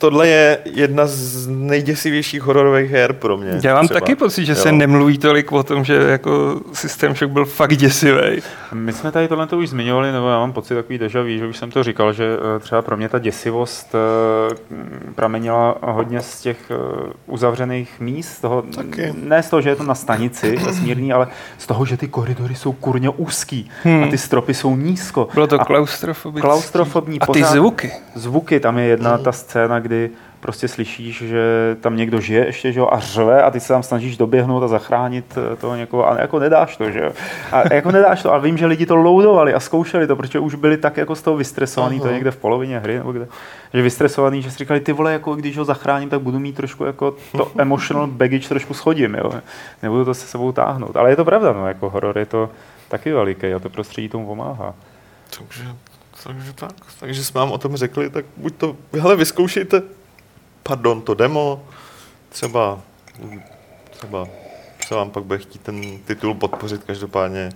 tohle je jedna z nejděsivějších hororových her pro mě. Já mám třeba. taky pocit, že jo. se nemluví tolik o tom, že jako System Shock byl fakt děsivý. My jsme tady tohle to už zmiňovali, nebo já mám pocit takový déjà vu, že už jsem to říkal, že třeba pro mě ta děsivost pramenila hodně z těch uzavřených míst, toho, ne z toho, že je to na stanici smírný, ale z toho, že ty koridory jsou kurně úzký hmm. a ty stropy jsou nízko. Bylo to klaustrofobické. Klaustrofobní. A ty pořád, zvuky. Zvuky, tam je jedna ta scéna, kdy prostě slyšíš, že tam někdo žije ještě, že jo, a řve a ty se tam snažíš doběhnout a zachránit toho někoho a jako nedáš to, že jo. A jako nedáš to, ale vím, že lidi to loadovali a zkoušeli to, protože už byli tak jako z toho vystresovaný, to je někde v polovině hry, nebo kde, že vystresovaný, že si říkali, ty vole, jako když ho zachráním, tak budu mít trošku jako to emotional baggage trošku schodím, jo. Nebudu to se sebou táhnout, ale je to pravda, no, jako horor je to taky veliký a to prostředí tomu pomáhá. Takže, takže tak, takže jsme vám o tom řekli, tak buď to, hele, vyzkoušejte, pardon, to demo, třeba, třeba se vám pak bude chtít ten titul podpořit, každopádně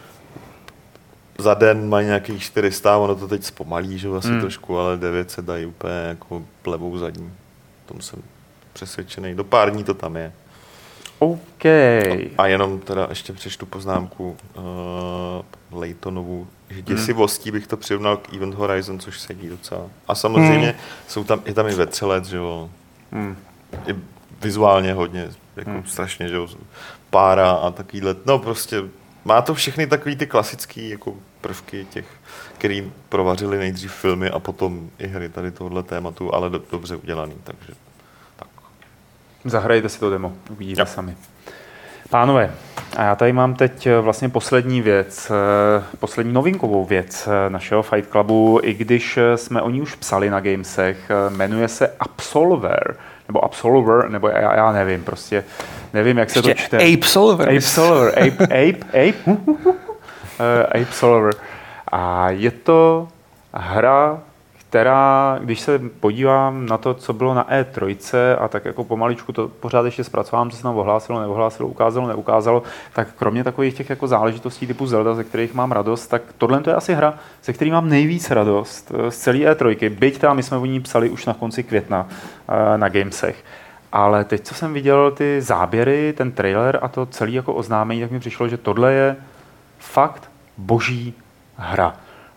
za den mají nějakých čtyři sta, ono to teď zpomalí, že asi hmm. trošku, ale devět se dají úplně jako levou zadní. O tom jsem přesvědčený. Do pár dní to tam je. OK. A jenom teda ještě přečtu poznámku uh, Laytonovu, že děsivostí bych to přirovnal k Event Horizon, což sedí docela. A samozřejmě hmm. jsou tam, je tam i vetřelec, že jo. Hmm. I vizuálně hodně, jako hmm. strašně, že jo. Pára a takovýhle, no prostě má to všechny takový ty klasický jako prvky těch, který provařili nejdřív filmy a potom i hry tady tohohle tématu, ale do, dobře udělaný, takže tak. Zahrajte si to demo, uvidíte yep. sami. Pánové, a já tady mám teď vlastně poslední věc, poslední novinkovou věc našeho Fight Clubu, i když jsme o ní už psali na Gamesech, jmenuje se Absolver, nebo Absolver, nebo já, já nevím, prostě nevím, jak se ještě to čte. Ape Solver. Ape Solver, Ape, Ape, Ape, uh, Ape Solver. A je to hra, která, když se podívám na to, co bylo na E tři a tak jako pomaličku to pořád ještě zpracovám, co se nám ohlásilo, neohlásilo, ukázalo, neukázalo, tak kromě takových těch jako záležitostí typu Zelda, ze kterých mám radost, tak tohle to je asi hra, ze který mám nejvíc radost z celé E tři. Byť tam my jsme o ní psali už na konci května na Gamesech. Ale teď, co jsem viděl ty záběry, ten trailer a to celé jako oznámení, tak mi přišlo, že tohle je fakt boží hra.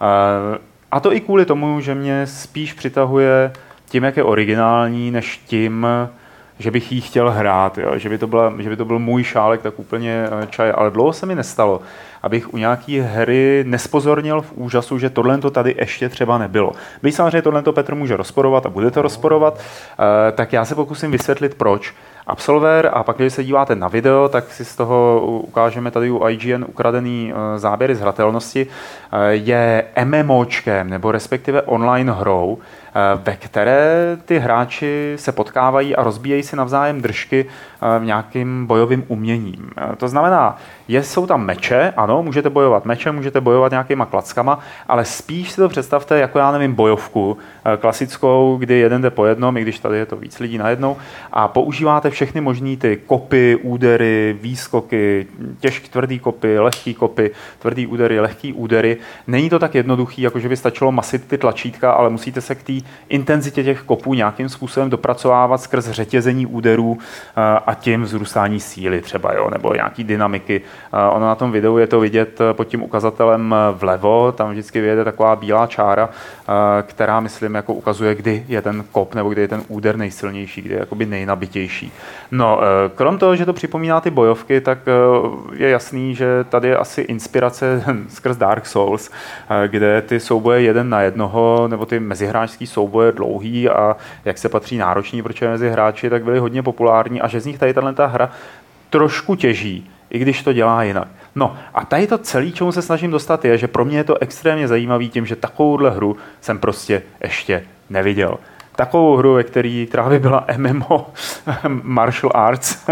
A to i kvůli tomu, že mě spíš přitahuje tím, jak je originální, než tím, že bych jí chtěl hrát, jo? Že by to byla, že by to byl můj šálek, tak úplně čaj. Ale dlouho se mi nestalo, abych u nějaký hry nespozornil v úžasu, že tohle to tady ještě třeba nebylo. Byť samozřejmě tohle to Petr může rozporovat a bude to rozporovat, tak já se pokusím vysvětlit, proč. Absolver, a pak, když se díváte na video, tak si z toho ukážeme tady u I G N ukradený záběry z hratelnosti, je MMOčkem, nebo respektive online hrou, ve které ty hráči se potkávají a rozbíjejí si navzájem držky v nějakým bojovým uměním. To znamená, je, jsou tam meče, ano, můžete bojovat mečem, můžete bojovat nějakýma klackama, ale spíš si to představte jako, já nevím, bojovku klasickou, kdy jeden jde po jednom, i když tady je to víc lidí najednou, a používáte všechny možný ty kopy, údery, výskoky, těžký tvrdý kopy, lehký kopy, tvrdý údery, lehký údery. Není to tak jednoduchý, jako že by stačilo masit ty tlačítka, ale musíte se k té intenzitě těch kopů nějakým způsobem dopracovávat skrz řetězení úderů a tím vzrůstání síly třeba, jo, nebo nějaký dynamiky. Ono na tom videu je to vidět pod tím ukazatelem vlevo, tam vždycky vyjede taková bílá čára, která, myslím, jako ukazuje, kdy je ten kop nebo kdy je ten úder nejsilnější, kdy je jakoby nejnabitější. No, krom toho, že to připomíná ty bojovky, tak je jasný, že tady je asi inspirace skrz Dark Souls, kde ty souboje jeden na jednoho, nebo ty mezihráčský souboje dlouhý a jak se patří nároční, protože mezi hráči, tak byly hodně populární a že z nich tady tato hra trošku těží, i když to dělá jinak. No a tady to celé, čemu se snažím dostat, je, že pro mě je to extrémně zajímavý tím, že takovouhle hru jsem prostě ještě neviděl. Takovou hru, ve který, která by byla M M O, martial arts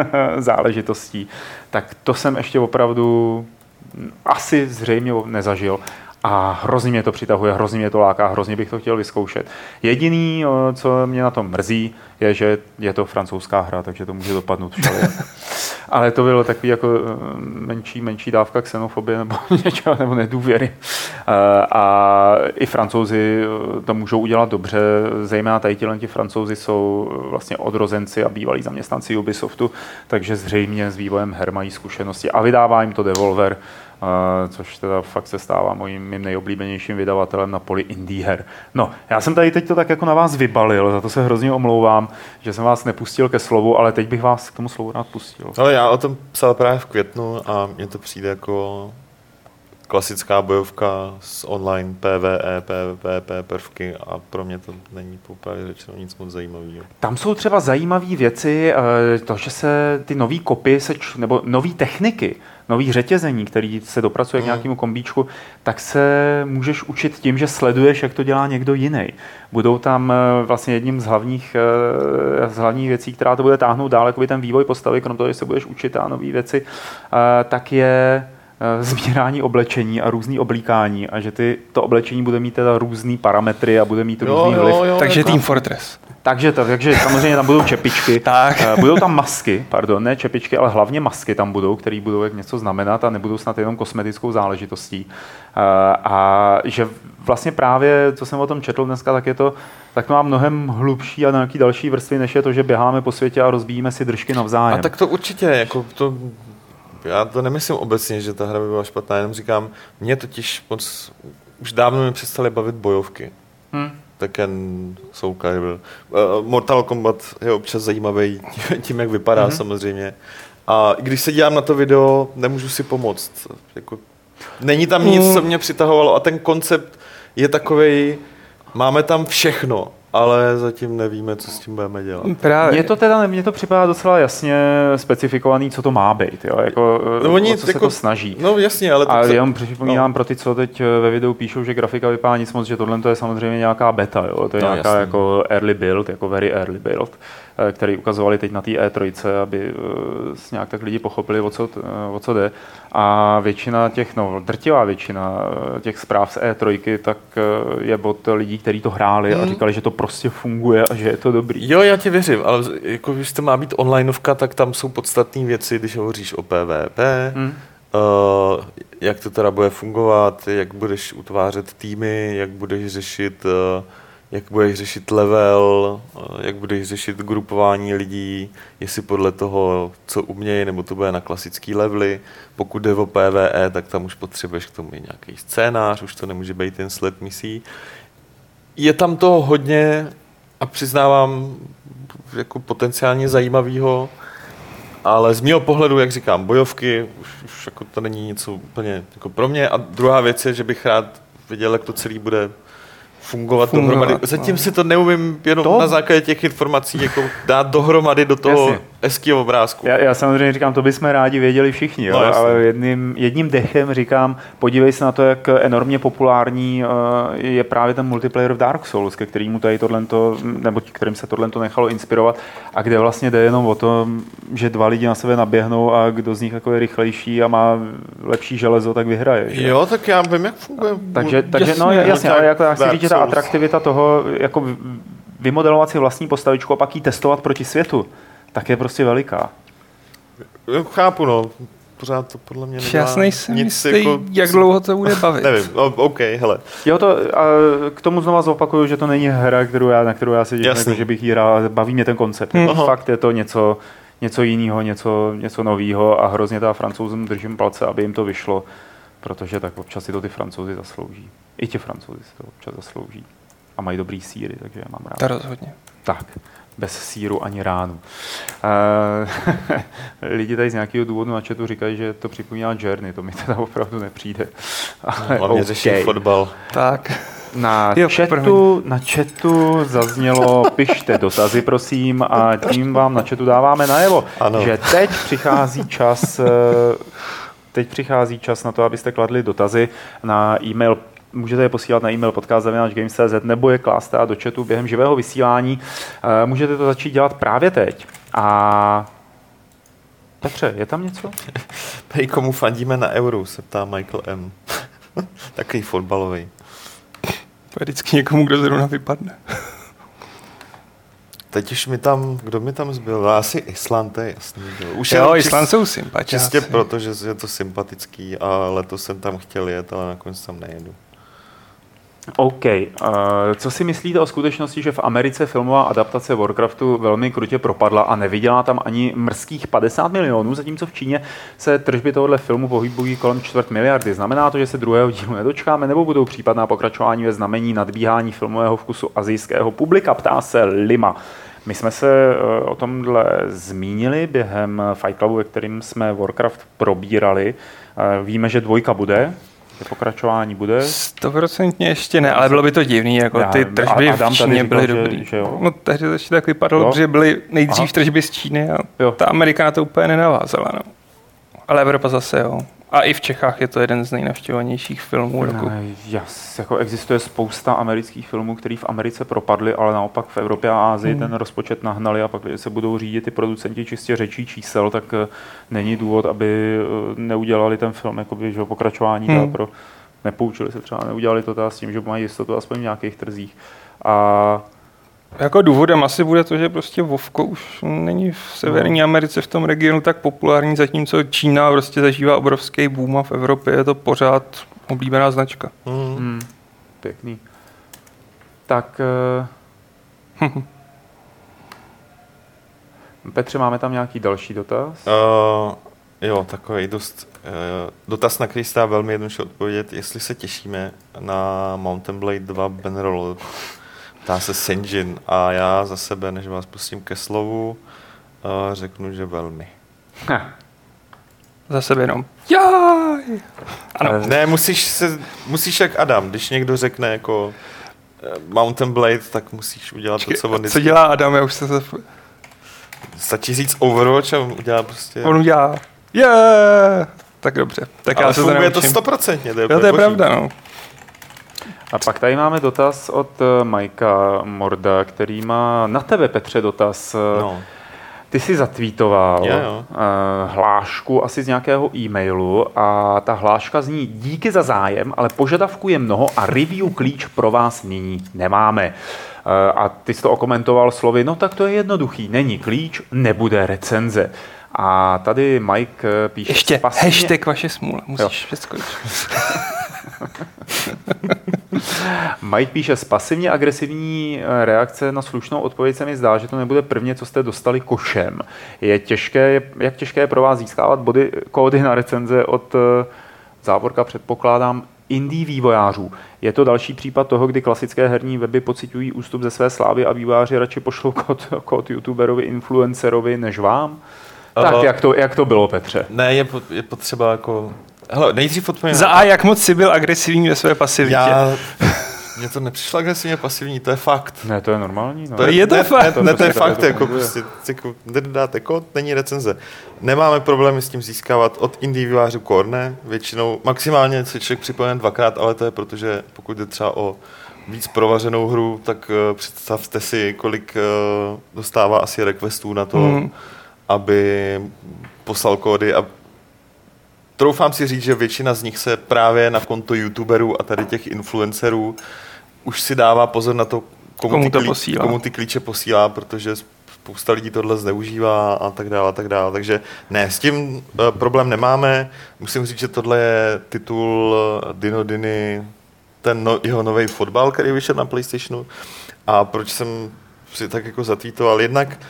záležitostí, tak to jsem ještě opravdu asi zřejmě nezažil. A hrozně mě to přitahuje, hrozně mě to láká, hrozně bych to chtěl vyzkoušet. Jediný, co mě na tom mrzí, je, že je to francouzská hra, takže to může dopadnout všelijak. Ale to bylo takový jako menší, menší dávka xenofobie nebo něčeho, nebo nedůvěry. A i Francouzi to můžou udělat dobře, zejména tady ti Francouzi jsou vlastně odrozenci a bývalí zaměstnanci Ubisoftu, takže zřejmě s vývojem her mají zkušenosti a vydává jim to Devolver, Uh, což teda fakt se stává mojím mým nejoblíbenějším vydavatelem na poli indie her. No, já jsem tady teď to tak jako na vás vybalil, za to se hrozně omlouvám, že jsem vás nepustil ke slovu, ale teď bych vás k tomu slovu rád pustil. Ale já o tom psal právě v květnu a mně to přijde jako klasická bojovka s online PvE, PvP prvky a pro mě to není popravdě řečeno nic moc zajímavého. Tam jsou třeba zajímavé věci, to, že se ty nový kopy se, nebo nový techniky, nový řetězení, který se dopracuje k nějakému kombíčku, tak se můžeš učit tím, že sleduješ, jak to dělá někdo jiný. Budou tam vlastně jedním z hlavních, z hlavních věcí, která to bude táhnout dál, jakoby ten vývoj postavy, krom toho, že se budeš učit a nové věci, tak je sbírání oblečení a různý oblíkání a že ty, to oblečení bude mít teda různý parametry a bude mít jo, různý vliv. Jo, jo, takže Team Fortress. Takže, takže samozřejmě tam budou čepičky, tak. budou tam masky, pardon, ne čepičky, ale hlavně masky tam budou, které budou jak něco znamenat a nebudou snad jenom kosmetickou záležitostí. A že vlastně právě, co jsem o tom četl dneska, tak je to, tak to má mnohem hlubší a nějaký další vrstvy, než je to, že běháme po světě a rozbíjíme si držky navzájem. A tak to určitě, jako to... Já to nemyslím obecně, že ta hra by byla špatná, jenom říkám, mě totiž moc, už dávno mi přestaly bavit bojovky. Hmm. Tekken, Soul Calibur. Uh, Mortal Kombat je občas zajímavý tím, tím jak vypadá hmm. samozřejmě. A když se dívám na to video, nemůžu si pomoct. Jako, není tam nic, hmm. co mě přitahovalo a ten koncept je takovej, máme tam všechno, ale zatím nevíme, co s tím budeme dělat. Mně to teda, mně to připadá docela jasně specifikovaný, co to má být, jo? Jako, no, oni, co jako, se to snaží. No jasně, ale... A jenom připomínám no. pro ty, co teď ve videu píšou, že grafika vypadá nic moc, že tohle je samozřejmě nějaká beta, jo? To je no, nějaká jasný. Jako early build, jako very early build, který ukazovali teď na té E tři, aby nějak tak lidi pochopili, o co, o co jde. A většina těch, no drtivá většina těch zpráv z E tři, tak je od lidí, kteří to hráli hmm. a říkali, že to prostě funguje a že je to dobrý. Jo, já ti věřím, ale jako, když to má být onlineovka, tak tam jsou podstatné věci, když hovoříš o PvP, hmm. uh, jak to teda bude fungovat, jak budeš utvářet týmy, jak budeš řešit uh, jak budeš řešit level, jak budeš řešit grupování lidí, jestli podle toho, co umějí, nebo to bude na klasický levely. Pokud jde o PvE, tak tam už potřebuješ k tomu i nějaký scénář, už to nemůže být jen sled misí. Je tam toho hodně a přiznávám jako potenciálně zajímavého, ale z mého pohledu, jak říkám, bojovky, už, už jako to není něco úplně jako pro mě. A druhá věc je, že bych rád viděl, jak to celý bude fungovat, fungovat dohromady. Zatím no. si to neumím jenom to? na základě těch informací jako dát dohromady do toho hezkého obrázku. Já, já samozřejmě říkám, to bychom rádi věděli všichni, jo? No, ale jedním, jedním dechem říkám, podívej se na to, jak enormně populární uh, je právě ten multiplayer v Dark Souls, ke kterému tady tohlento, nebo kterým se tohlento nechalo inspirovat a kde vlastně jde jenom o to, že dva lidi na sebe naběhnou a kdo z nich jako je rychlejší a má lepší železo, tak vyhraje. Že? Jo, tak já vím, jak funguje. Takže, takže jasně, no jasně, ale jako já chci říct, že ta atraktivita toho, jako vymodelovat si vlastní postavičku a pak ji testovat proti světu, tak je prostě veliká. Chápu, no. Pořád to podle mě nedělá nic jistý, jako... jak dlouho to bude bavit. Nevím, no, OK, hele. Jo, to, a k tomu znova zopakuju, že to není hra, kterou já, na kterou já se dívám, že bych jí hrál, baví mě ten koncept. Hmm. Fakt je to něco, něco jiného, něco, něco nového a hrozně ta Francouzům držím palce, aby jim to vyšlo, protože tak občas si to ty Francouzi zaslouží. I ti Francouzi si to občas zaslouží. A mají dobrý síry, takže já mám rád. To rozhodně. Tak, bez síru ani ránu. Uh, lidi tady z nějakého důvodu na chatu říkají, že to připomíná Journey, to mi teda opravdu nepřijde. Ale hlavně okay. řeší fotbal. Tak. Na, jo, chatu, na chatu zaznělo, pište dotazy, prosím, a tím vám na chatu dáváme najevo, ano. že teď přichází čas, teď přichází čas na to, abyste kladli dotazy na e-mail. Můžete je posílat na e-mail podcast zavináč games tečka cé zet nebo je klást do chatu během živého vysílání. Můžete to začít dělat právě teď. A Petře, je tam něco? Pej, komu fandíme na euru, se ptá Michael M. Takový fotbalový. To je vždycky někomu, kdo zrovna vypadne. Teď už mi tam, kdo mi tam zbyl? Asi Island, to je jasný. Už jo, Island jsou sympatiáci. Čistě proto, že je to sympatický a letos jsem tam chtěl jet, ale nakonec tam nejedu. OK. Uh, co si myslíte o skutečnosti, že v Americe filmová adaptace Warcraftu velmi krutě propadla a nevydělá tam ani mrzkých padesát milionů, zatímco v Číně se tržby tohoto filmu pohybují kolem čtvrt miliardy. Znamená to, že se druhého dílu nedočkáme, nebo budou případná pokračování ve znamení nadbíhání filmového vkusu asijského publika? Ptá se Lima. My jsme se uh, o tomhle zmínili během Fight Clubu, ve kterým jsme Warcraft probírali. Uh, víme, že dvojka bude. Pokračování bude? Stoprocentně ještě ne, ale bylo by to divný, jako ty tržby v Číně byly dobrý. Že, že no tehdy to ještě tak vypadalo, že byly nejdřív Aha. tržby z Číny a jo. ta Amerika na to úplně nenavázala. No. Ale Evropa zase jo. A i v Čechách je to jeden z nejnavštěvovanějších filmů roku. Jas, jako existuje spousta amerických filmů, které v Americe propadly, ale naopak v Evropě a Asii hmm. ten rozpočet nahnali a pak, když se budou řídit ty producenti čistě řečí čísel, tak není důvod, aby neudělali ten film jakoby, že pokračování hmm. pro nepoučili se třeba, neudělali to s tím, že mají jistotu aspoň v nějakých trzích. A jako důvodem asi bude to, že prostě Vovko už není v Severní Americe v tom regionu tak populární, zatímco Čína prostě zažívá obrovský boom a v Evropě je to pořád oblíbená značka. Hmm. Hmm. Pěkný. Tak uh... Petře, máme tam nějaký další dotaz? Uh, jo, takový dost uh, dotaz, na který se dá velmi jednoduše odpovědět, jestli se těšíme na Mountain Blade dva Bannerlord. Ptá se Senjin a já za sebe, než vás pustím ke slovu, uh, řeknu, že velmi. Ha. Za sebe jenom. Jaj! Ano. Ne, musíš, se, musíš jak Adam, když někdo řekne jako uh, Mountain Blade, tak musíš udělat Čekaj, to, co on vždycky. Co dělá Adam? Já už se zase... Stačí říct Overwatch a udělá prostě... On udělá. Yeah! Tak dobře. Tak ale já se funguje to stoprocentně. To je, jo, to je pravda, no. A pak tady máme dotaz od Majka Morda, který má na tebe, Petře, dotaz. No. Ty jsi zatweetoval jo, jo. hlášku asi z nějakého e-mailu a ta hláška zní: díky za zájem, ale požadavků je mnoho a review klíč pro vás nyní nemáme. A ty jsi to okomentoval slovy: no tak to je jednoduchý, není klíč, nebude recenze. A tady Mike píše... Ještě pasivně... hashtag vaše smůla, musíš všechno. Mike píše: z pasivně agresivní reakce na slušnou odpověď se mi zdá, že to nebude prvně, co jste dostali košem. Je těžké, jak těžké je pro vás získávat body, kódy na recenze od závorka, předpokládám, indie vývojářů. Je to další případ toho, kdy klasické herní weby pociťují ústup ze své slávy a vývojáři radši pošlou kód, kód youtuberovi, influencerovi než vám? Uh, tak jak to, jak to bylo, Petře? Ne, je, po, je potřeba jako... Hele, nejdřív odpovím... Za A, jak moc jsi byl agresivní ve své pasivitě? Já... Mně to nepřišlo agresivně pasivní, to je fakt. Ne, to je normální. No. To je, je to ne, fakt. Ne, to, ne, to je fakt, to jako prostě, jako, dáte kód, není recenze. Nemáme problémy s tím získávat od indie vývojářů korne, většinou, maximálně se člověk připojen dvakrát, ale to je proto, že pokud jde třeba o víc provařenou hru, tak uh, představte si, kolik uh, dostává asi requestů na to, hmm. aby poslal kódy a troufám si říct, že většina z nich se právě na konto youtuberů a tady těch influencerů už si dává pozor na to, komu, komu, ty, to klí, posílá. komu ty klíče posílá, protože spousta lidí tohle zneužívá a tak dále, a tak dále. Takže ne, s tím uh, problém nemáme. Musím říct, že tohle je titul Dino Diny, ten no, jeho nový fotbal, který vyšel na PlayStationu. A proč jsem si tak jako zatvítoval? Jednak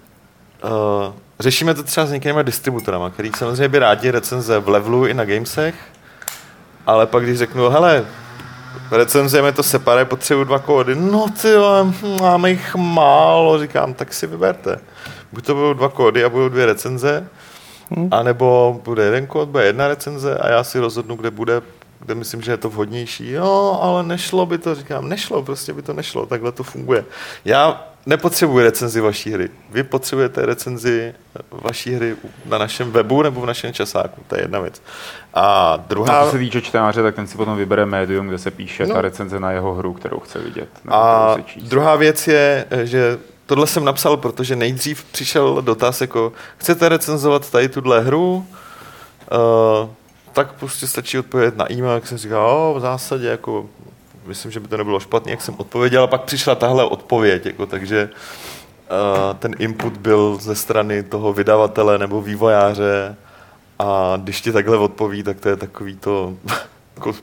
uh, řešíme to třeba s některými distributorama, který samozřejmě by rádi recenze v Levelu i na Gamesech, ale pak když řeknu, hele, recenzujeme to separé, potřebuji dva kódy, no ty máme jich málo, říkám, tak si vyberte. Buď to budou dva kódy a budou dvě recenze, hmm. anebo bude jeden kód, bude jedna recenze a já si rozhodnu, kde bude, kde myslím, že je to vhodnější. Jo, ale nešlo by to, říkám, nešlo, prostě by to nešlo, takhle to funguje. Já nepotřebuji recenzi vaší hry. Vy potřebujete recenzi vaší hry na našem webu nebo v našem časáku. To je jedna věc. A druhá... A co se týče čtenáře, tak ten si potom vybere médium, kde se píše no. ta recenze na jeho hru, kterou chce vidět. A druhá věc je, že tohle jsem napsal, protože nejdřív přišel dotaz jako, chcete recenzovat tady tuhle hru? Uh, tak prostě stačí odpovědět na e-mail, jak jsem říkal, o, v zásadě, jako, myslím, že by to nebylo špatný, jak jsem odpověděl, a pak přišla tahle odpověď, jako, takže uh, ten input byl ze strany toho vydavatele nebo vývojáře, a když ti takhle odpoví, tak to je takový to, jako,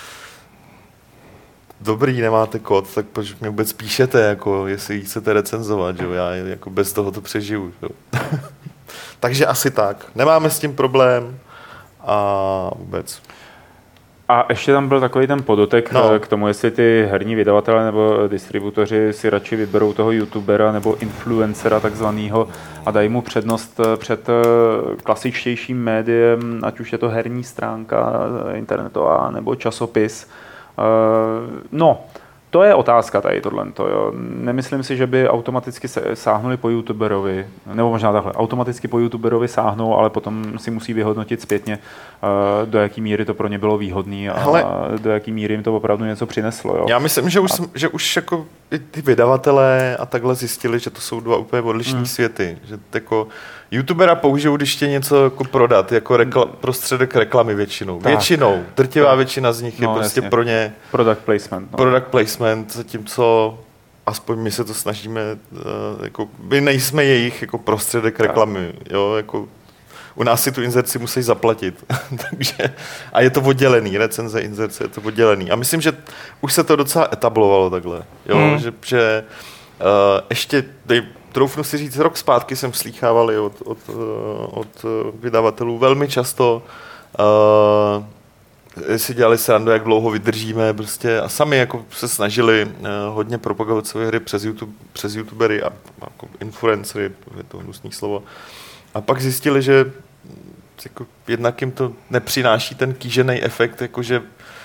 dobrý, nemáte kód, tak proč mě vůbec píšete, jako, jestli ji chcete recenzovat, že jo? Já jako bez toho to přežiju. Že jo? Takže asi tak. Nemáme s tím problém a vůbec. A ještě tam byl takový ten podotek no. k tomu, jestli ty herní vydavatelé nebo distributoři si radši vyberou toho youtubera nebo influencera takzvanýho a dají mu přednost před klasičtějším médiem, ať už je to herní stránka internetová nebo časopis. No, to je otázka tady tohle. Jo. Nemyslím si, že by automaticky sáhnuli po youtuberovi, nebo možná takhle, automaticky po youtuberovi sáhnou, ale potom si musí vyhodnotit zpětně, do jaký míry to pro ně bylo výhodné a Hele, do jaký míry jim to opravdu něco přineslo. Jo. Já myslím, že už, a... že už jako ty vydavatelé a takhle zjistili, že to jsou dva úplně odlišné hmm. světy. Že jako youtubera použijou, když chtějí něco jako prodat, jako rekla, prostředek reklamy většinou. Tak. Většinou. Drtivá tak. většina z nich je no, prostě jasně. pro ně product placement. No. Product placement, zatímco aspoň my se to snažíme, jako, my nejsme jejich jako prostředek tak. reklamy. Jo, jako, u nás si tu inzerci musí zaplatit. Takže, a je to oddělený, recenze, inzerce, je to oddělený. A myslím, že už se to docela etablovalo takhle. Jo, hmm. že, že uh, ještě, dej, troufnu si říct, rok zpátky jsem slýchával od, od, od vydavatelů velmi často, uh, si dělali srandu, jak dlouho vydržíme prostě, a sami jako se snažili uh, hodně propagovat své hry přes, YouTube, přes youtubery a jako influencery, je to hnusný slovo. A pak zjistili, že jako, jednak jim to nepřináší ten kýžený efekt, jakože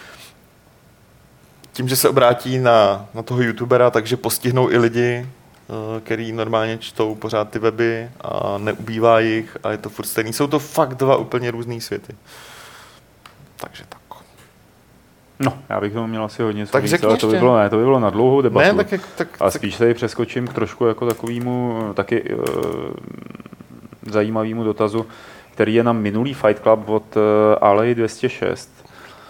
tím, že se obrátí na, na toho youtubera, takže postihnou i lidi, který normálně čtou pořád ty weby a neubývá jich a je to furt stejný. Jsou to fakt dva úplně různý světy. Takže tak. No, já bych tomu měl asi hodně tak říct, ale to by bylo, ne, to by bylo na dlouhou debatu. Ne, tak, tak, a tak, spíš tady přeskočím k trošku jako takovému taky uh, zajímavému dotazu, který je na minulý Fight Club od uh, Alej dvě stě šest.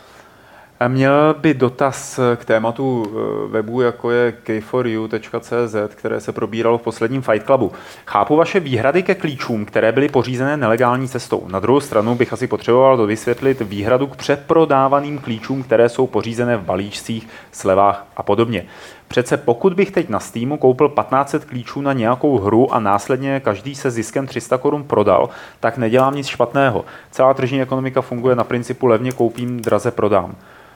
Měl by dotaz k tématu webu, jako je k four u tečka c z, které se probíralo v posledním Fight Clubu. Chápu vaše výhrady ke klíčům, které byly pořízené nelegální cestou. Na druhou stranu bych asi potřeboval dovysvětlit výhradu k přeprodávaným klíčům, které jsou pořízené v balíčcích, slevách a podobně. Přece pokud bych teď na Steamu koupil patnáct set klíčů na nějakou hru a následně každý se ziskem tři sta korun prodal, tak nedělám nic špatného. Celá tržní ekonomika funguje na principu levně koupím, draze prodám.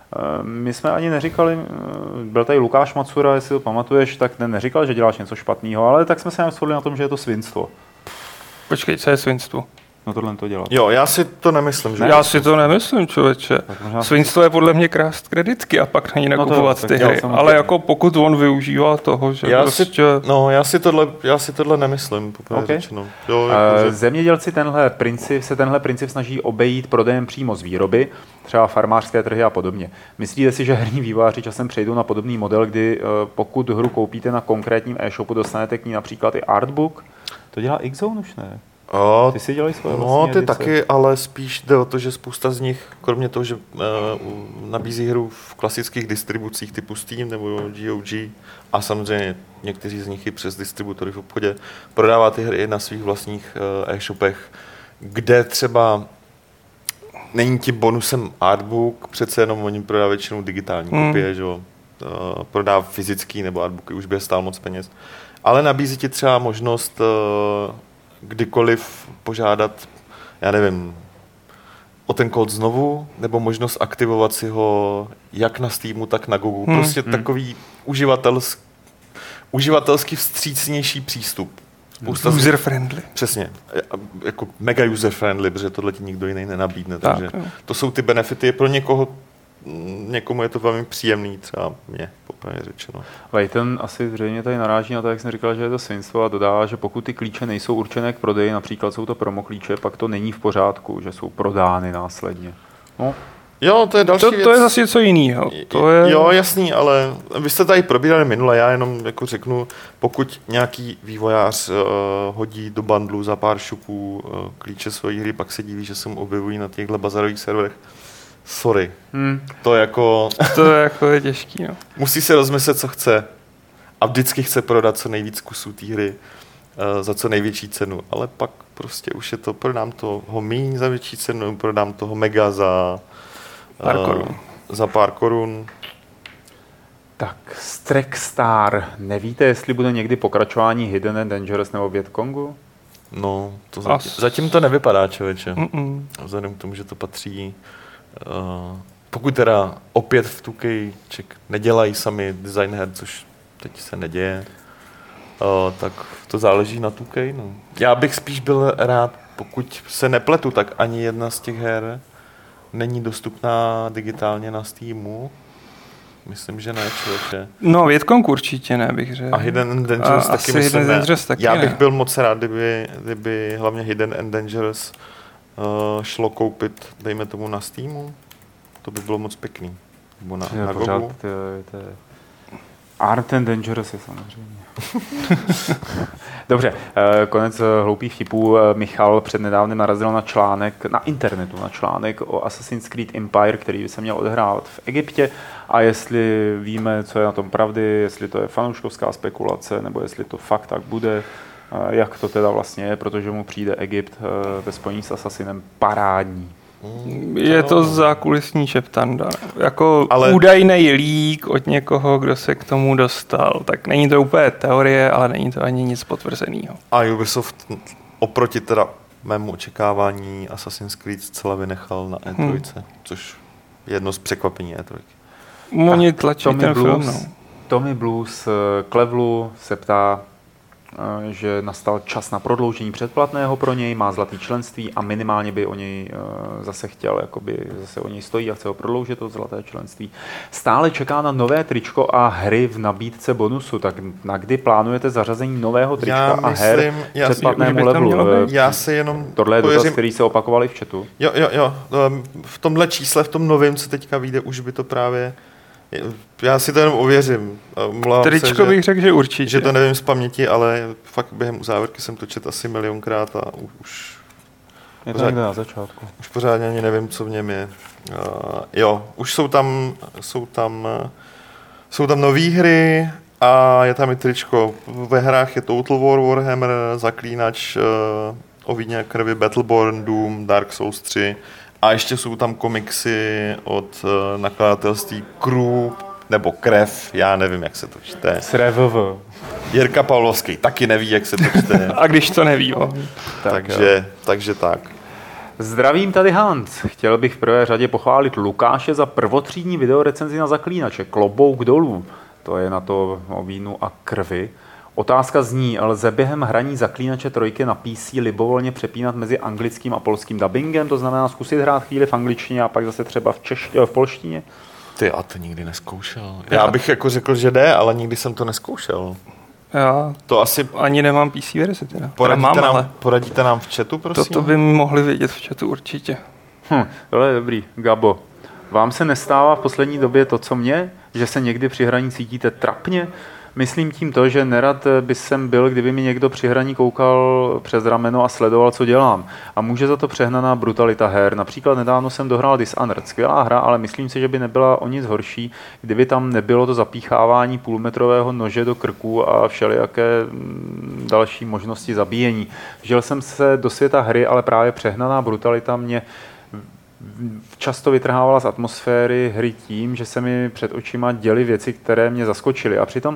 My jsme ani neříkali, byl tady Lukáš Macura, jestli to pamatuješ, tak ten neříkal, že děláš něco špatného, ale tak jsme se shodli na tom, že je to svinstvo. Počkej, co je svinstvo? No tohle to dělat. Jo, já si to nemyslím. Že ne, já si to nemyslím, člověče. Svinstvo je podle mě krást kreditky a pak na ní nakupovat no to, ty hry. Ale jako pokud on využívá toho, že já prostě... Si, no, já si tohle, já si tohle nemyslím. Okay. Jo, jako, uh, že... Zemědělci tenhle princip, se tenhle princip snaží obejít prodejem přímo z výroby, třeba farmářské trhy a podobně. Myslíte si, že herní vývojáři časem přejdou na podobný model, kdy uh, pokud hru koupíte na konkrétním e-shopu, dostanete k ní například i artbook? To dělá X-Zone už ne? O, ty si dělají svoje No, ty edice. Taky, ale spíš jde o to, že spousta z nich, kromě toho, že uh, nabízí hru v klasických distribucích typu Steam nebo G O G a samozřejmě někteří z nich i přes distributory v obchodě, prodává ty hry na svých vlastních uh, e-shopech, kde třeba není tím bonusem artbook, přece jenom oni prodá většinou digitální hmm. kopie, že uh, prodá fyzický nebo artbooky, už by je stál moc peněz. Ale nabízí ti třeba možnost uh, kdykoliv požádat, já nevím, o ten kód znovu, nebo možnost aktivovat si ho jak na Steamu, tak na Gogu. Hmm. Prostě hmm. takový uživatelsk, uživatelsky vstřícnější přístup. User friendly. Přesně. Jako mega user friendly, protože tohle ti nikdo jiný nenabídne. Tak, takže no. To jsou ty benefity. Pro někoho, někomu je to velmi příjemný, třeba mě, popravdě řečeno. Leighton asi zřejmě tady naráží na to, jak jsem říkal, že je to svinstvo a dodává, že pokud ty klíče nejsou určené k prodeji, například jsou to promo klíče, pak to není v pořádku, že jsou prodány následně. No, Jo, to je další to, věc. To je zase něco jiného. To je... Jo, jasný, ale vy jste tady probírali minule, já jenom jako řeknu, pokud nějaký vývojář uh, hodí do bundlu za pár šupů uh, klíče svojí hry, pak se diví, že se mu objevují na těchto bazarových serverech. Sorry. Hmm. To jako... to je jako je těžký, no. Musí se rozmyslet, co chce. A vždycky chce prodat co nejvíc kusů té hry uh, za co největší cenu, ale pak prostě už je to, prodám toho míň za větší cenu, prodám toho mega za pár uh, korun. Za pár korun. Tak, Streckstar. Nevíte, jestli bude někdy pokračování Hidden and Dangerous nebo Vietcongu? No, to zatím, zatím to nevypadá, člověče. Mm-mm. Vzhledem k tomu, že to patří... Uh, pokud teda opět v two K nedělají sami design her, což teď se neděje, uh, tak to záleží na two K. No. Já bych spíš byl rád, pokud se nepletu, tak ani jedna z těch her není dostupná digitálně na Steamu. Myslím, že ne, člověče. No, Vietcong určitě ne, bych řekl. A Hidden and Dangerous a taky myslím Hidden Dangerous taky Já bych ne. byl moc rád, kdyby, kdyby hlavně Hidden and Dangerous uh, šlo koupit, dejme tomu, na Steamu. To by bylo moc pěkný. Nebo na, je, na pořád, Gogu. To je, to je... Art and Dangerous je samozřejmě. Dobře, konec hloupých vtipů. Michal přednedávnem narazil na článek, na internetu na článek o Assassin's Creed Empire, který by se měl odehrávat v Egyptě, a jestli víme, co je na tom pravdy, jestli to je fanouškovská spekulace, nebo jestli to fakt tak bude, jak to teda vlastně je, protože mu přijde Egypt ve spojení s Assassinem parádní. Je to zákulisní šeptanda. Jako ale... údajný lík od někoho, kdo se k tomu dostal. Tak není to úplně teorie, ale není to ani nic potvrzeného. A Ubisoft oproti teda mému očekávání Assassin's Creed zcela vynechal na E tři, hmm. což je jedno z překvapení E tři. Oni tlačí Tommy ten Blues, film, no. Tommy Blues Klevlu se ptá, že nastal čas na prodloužení předplatného pro něj, má zlatý členství a minimálně by o něj zase chtěl, jakoby zase o něj stojí a chce ho prodloužit, to zlaté členství. Stále čeká na nové tričko a hry v nabídce bonusu, tak na kdy plánujete zařazení nového trička já a myslím, her v předplatnému levelu? Já se jenom Tohle je dotaz, který se opakovali v chatu. Jo, jo, jo. V tomhle čísle, v tom novém, co teďka vyjde, už by to právě... Já si to jenom ověřím. Tričko bych řekl, že určitě. Že to nevím z paměti, ale fakt během uzávěrky jsem to četl asi milionkrát a už... Je to pořád, někde na začátku. Už pořádně ani nevím, co v něm je. Uh, jo, už jsou tam, jsou tam, uh, jsou tam nový hry a je tam i tričko. Ve hrách je Total War, Warhammer, Zaklínač, uh, o víně krvi, Battleborn, Doom, Dark Souls tři. A ještě jsou tam komiksy od uh, nakladatelství Crew, nebo Krev, já nevím, jak se to čte. Srevv. Jirka Pavlovský taky neví, jak se to čte. A když to neví, jo. Tak, takže, takže tak. Zdravím, tady Hans. Chtěl bych v prvé řadě pochválit Lukáše za prvotřídní videorecenzi na Zaklínače. Klobouk dolů. To je na to o vínu a krvi. Otázka zní, lze během hraní Zaklínače trojky na P C libovolně přepínat mezi anglickým a polským dubbingem, to znamená zkusit hrát chvíli v angličtině a pak zase třeba v, češtině, v polštině? Ty, a to nikdy neskoušel. Já bych jako řekl, že jde, ale nikdy jsem to neskoušel. Já to asi ani nemám P C verzi. Teda. Poradíte, mám, nám, ale... poradíte nám v chatu, prosím? Toto by mohli vědět v chatu určitě. Hm, tohle je dobrý. Gabo, vám se nestává v poslední době to, co mě? Že se někdy při hraní cítíte trapně? Myslím tím to, že nerad by jsem byl, kdyby mi někdo při hraní koukal přes rameno a sledoval, co dělám. A může za to přehnaná brutalita her. Například nedávno jsem dohrál Dishonored. Skvělá hra, ale myslím si, že by nebyla o nic horší, kdyby tam nebylo to zapíchávání půlmetrového nože do krku a všelijaké další možnosti zabíjení. Žil jsem se do světa hry, ale právě přehnaná brutalita mě často vytrhávala z atmosféry hry tím, že se mi před očima děly věci, které mě zaskočily. A přitom,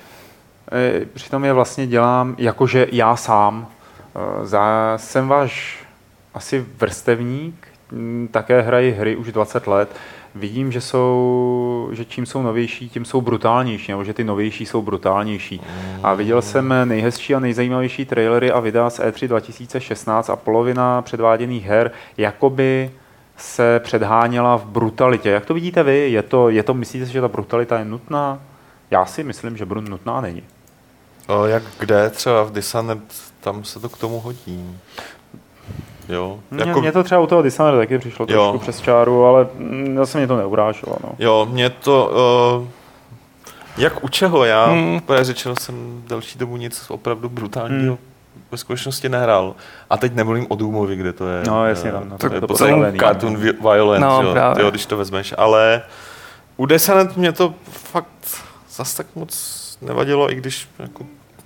e, přitom je vlastně dělám jakože já sám. E, za, jsem váš asi vrstevník, také hraji hry už dvacet let. Vidím, že, jsou, že čím jsou novější, tím jsou brutálnější, nebo že ty novější jsou brutálnější. A viděl jsem nejhezčí a nejzajímavější trailery a videa z E tři dva tisíce šestnáct a polovina předváděných her jakoby se předháněla v brutalitě. Jak to vidíte vy? Je to, je to, myslíte si, že ta brutalita je nutná? Já si myslím, že nutná není. O, jak kde? Třeba v Dishonored, tam se to k tomu hodí. jo. Mně, jako... Mně to třeba u toho Dishonored taky přišlo jo. trošku přes čáru, ale zase mě to neuráželo. No. Jo, mě to... Uh... Jak u čeho? Já, hmm. řečeno, jsem další dobu nic opravdu brutálního hmm. ve skutečnosti nehrál. A teď nemluvím o Doomovi, kde to je... No, jasně, tam, no, to, to je podstatně cartoon violence, no, jo, tyjo, když to vezmeš. Ale u Descent mě to fakt zas tak moc nevadilo, i když jako,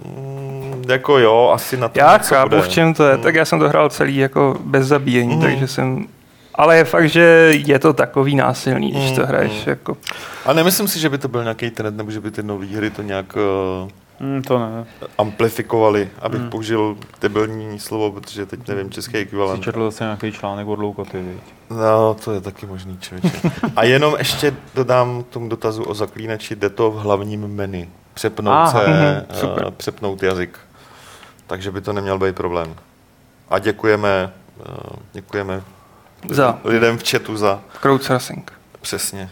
mm, jako jo, asi na to já chápu, v čem to je. Hmm. Tak já jsem to hrál celý jako bez zabíjení, hmm. takže jsem... Ale je fakt, že je to takový násilný, když to hraješ. Mm. Jako. A nemyslím si, že by to byl nějaký trend, nebo že by ty nové hry to nějak uh, mm, to ne. amplifikovali, abych mm. použil debilní slovo, protože teď nevím český ekvivalent. Jsi četl zase nějaký článek od Loukoty, viď? No, to je taky možný, člověče. A jenom ještě dodám tomu dotazu o zaklínači, jde to v hlavním menu. Přepnout Aha, se, uh, přepnout jazyk. Takže by to neměl být problém. A děkujeme, uh, děkujeme za lidem v chatu za crowdsourcing. Přesně.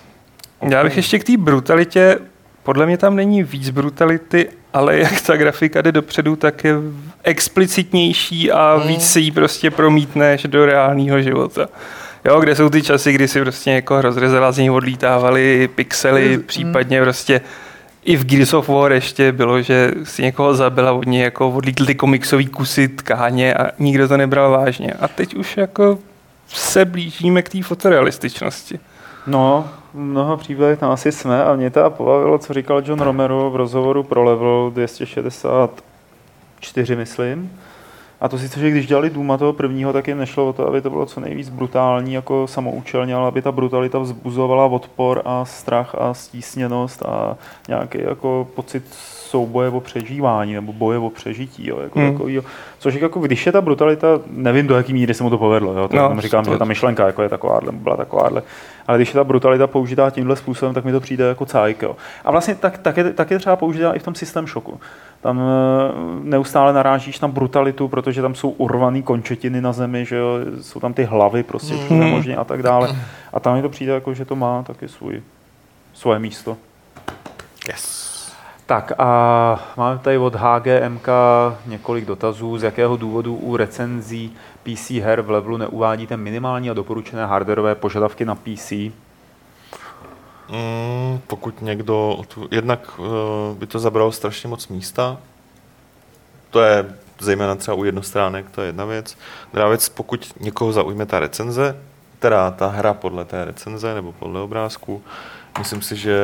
Já bych ještě k té brutalitě, podle mě tam není víc brutality, ale jak ta grafika jde dopředu, tak je explicitnější a hmm. víc si ji prostě promítneš do reálného života. Jo, kde jsou ty časy, kdy si prostě jako rozrezala, z něj odlítávaly pixely, hmm. případně prostě i v Gears of War ještě bylo, že si někoho zabila, od něj jako odlítly ty komiksový kusy tkáně a nikdo to nebral vážně. A teď už jako se blížíme k té fotorealističnosti. No, v mnoha případech tam asi jsme a mě to pobavilo, co říkal John Romero v rozhovoru pro Level dvě stě šedesát čtyři, myslím. A to sice, že když dělali Dooma toho prvního, tak jim nešlo o to, aby to bylo co nejvíc brutální, jako samoučelně, ale aby ta brutalita vzbuzovala odpor a strach a stísněnost a nějaký jako pocit souboje o přežívání nebo boje o přežití. Jo, jako hmm. takový, což jako, když je ta brutalita, nevím, do jaký míry se mu to povedlo. Jo, to no, říkám, to... že ta myšlenka jako je takováhle, byla takováhle. Ale když je ta brutalita použitá tímhle způsobem, tak mi to přijde jako cajk. Jo. A vlastně tak, tak, je, tak je třeba použitá i v tom System Shocku. Tam neustále narážíš na brutalitu, protože tam jsou urvaný končetiny na zemi, že jo, jsou tam ty hlavy prostě všude mm. možně a tak dále. A tam mi to přijde jako, že to má taky svůj, svoje místo. Yes. Tak a máme tady od H G M K několik dotazů, z jakého důvodu u recenzí P C her v Levelu neuvádíte minimální a doporučené hardwareové požadavky na P C? Mm, pokud někdo, tu, jednak uh, by to zabralo strašně moc místa, to je zejména třeba u jednostránek, to je jedna věc. Druhá věc, pokud někoho zaujme ta recenze, teda ta hra podle té recenze nebo podle obrázku, myslím si, že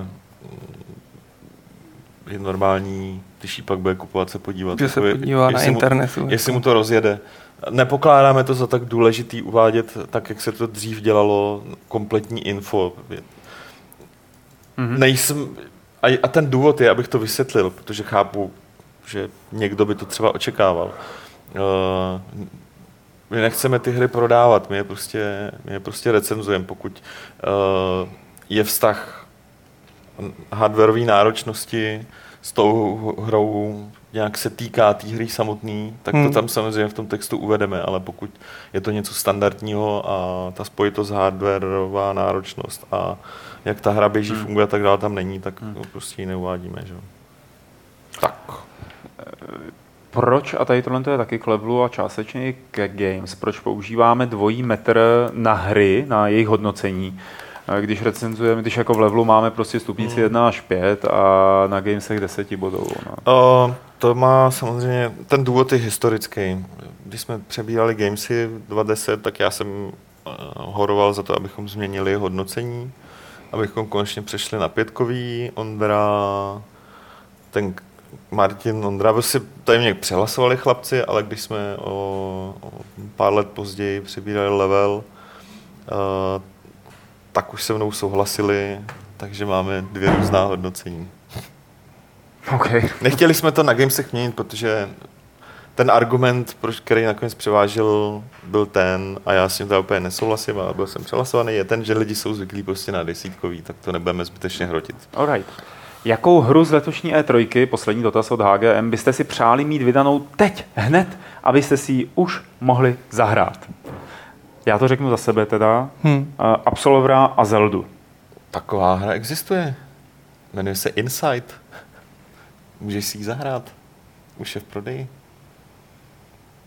je normální, když ji pak bude kupovat, se podívat. Že se podívá na internetu. Mu, jestli mu to rozjede. Nepokládáme to za tak důležitý uvádět, tak jak se to dřív dělalo, kompletní info. Mm-hmm. Nejsem, a, a ten důvod je, abych to vysvětlil, protože chápu, že někdo by to třeba očekával. Uh, my nechceme ty hry prodávat, my je prostě, my je prostě recenzujeme. Pokud uh, je vztah hardwareové náročnosti s tou hrou nějak se týká té hry samotný, tak to hmm. tam samozřejmě v tom textu uvedeme, ale pokud je to něco standardního a ta spojitost hardwareová náročnost a jak ta hra běží, hmm. funguje a tak dále, tam není, tak hmm. prostě ji neuvádíme. Že? Tak. Proč, a tady tohle je taky k Levelu a částečně i k Games, proč používáme dvojí metr na hry, na jejich hodnocení, když recenzujeme, když jako v Levelu máme prostě stupnici jedna až pět a na Gamesech deset bodů. No. Uh, to má samozřejmě, ten důvod je historický. Když jsme přebírali Gamesy dva deset, tak já jsem uh, horoval za to, abychom změnili hodnocení, abychom konečně přešli na pětkový. Ondra, ten Martin, Ondra, prostě tady mě přehlasovali chlapci, ale když jsme o, o pár let později přebírali Level, uh, tak už se mnou souhlasili, takže máme dvě různá hodnocení. Okay. Nechtěli jsme to na Gamesech měnit, protože ten argument, který nakonec převážil, byl ten, a já s tím teda úplně nesouhlasím, ale byl jsem přehlasovaný, je ten, že lidi jsou zvyklí prostě na desítkový, tak to nebudeme zbytečně hrotit. Alright. Jakou hru z letošní E tři, poslední dotaz od H G M, byste si přáli mít vydanou teď, hned, abyste si ji už mohli zahrát? Já to řeknu za sebe teda. Hmm. Absolvera a Zeldu. Taková hra existuje. Jmenuje se Inside. Můžeš si ji zahrát. Už je v prodeji.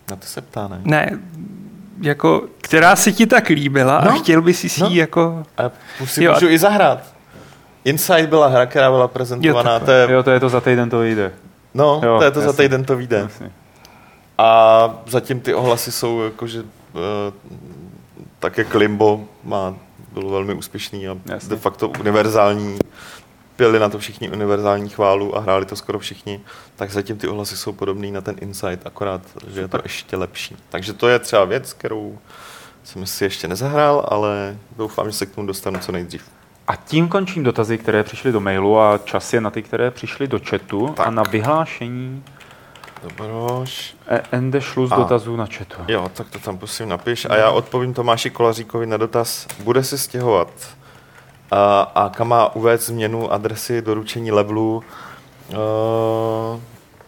Na to se ptá, ne? Ne, jako, která se ti tak líbila no? a chtěl by si si no? ji jako... A si jo, můžu a... i zahrát. Inside byla hra, která byla prezentovaná. Jo, to je... jo, to je to za týden to vyjde. No, jo, to je to jasný. Za týden to vyjde. Jasný. A zatím ty ohlasy jsou jakože... Uh, tak jak Limbo má, byl velmi úspěšný a jasný. De facto univerzální. Pěli na to všichni univerzální chválu a hráli to skoro všichni, tak zatím ty ohlasy jsou podobný na ten Inside, akorát, že je to ještě lepší. Takže to je třeba věc, kterou jsem si ještě nezahrál, ale doufám, že se k tomu dostanu co nejdřív. A tím končím dotazy, které přišly do mailu a čas je na ty, které přišly do chatu tak. A na vyhlášení Dobroš. Ende šluz dotazů na chatu. Jo, tak to tam prosím napiš a já odpovím Tomáši Kolaříkovi na dotaz, bude se stěhovat a, a kam má uvést změnu adresy doručení levelu. Uh,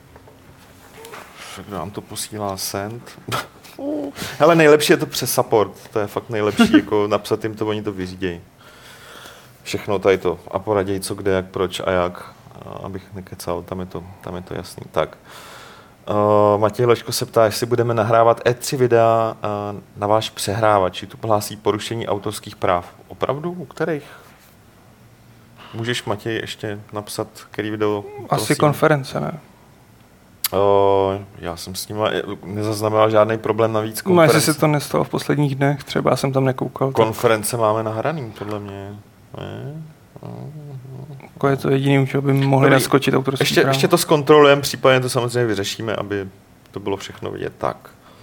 kdo nám to posílá send? Hele, nejlepší je to přes support, to je fakt nejlepší, jako napsat jim to, oni to vyřídějí. Všechno tady to a poradějí co kde, jak, proč a jak, abych nekecal, tam je to, tam je to jasný. Tak. Uh, Matěj Leško se ptá, jestli budeme nahrávat E tři videa uh, na váš přehrávač. Tu hlásí porušení autorských práv. Opravdu? U kterých? Můžeš, Matěj, ještě napsat, který video? Asi prosím. Konference, ne? Uh, já jsem s ním nezaznamenal žádný problém navíc. No, jestli se to nestalo v posledních dnech, třeba jsem tam nekoukal. Konference tak... máme nahraný, podle mě. Ne? Jako je to jediný, čeho by mohli Dobrý. naskočit autorský ještě, právo. ještě to zkontrolujeme, případně to samozřejmě vyřešíme, aby to bylo všechno vidět tak.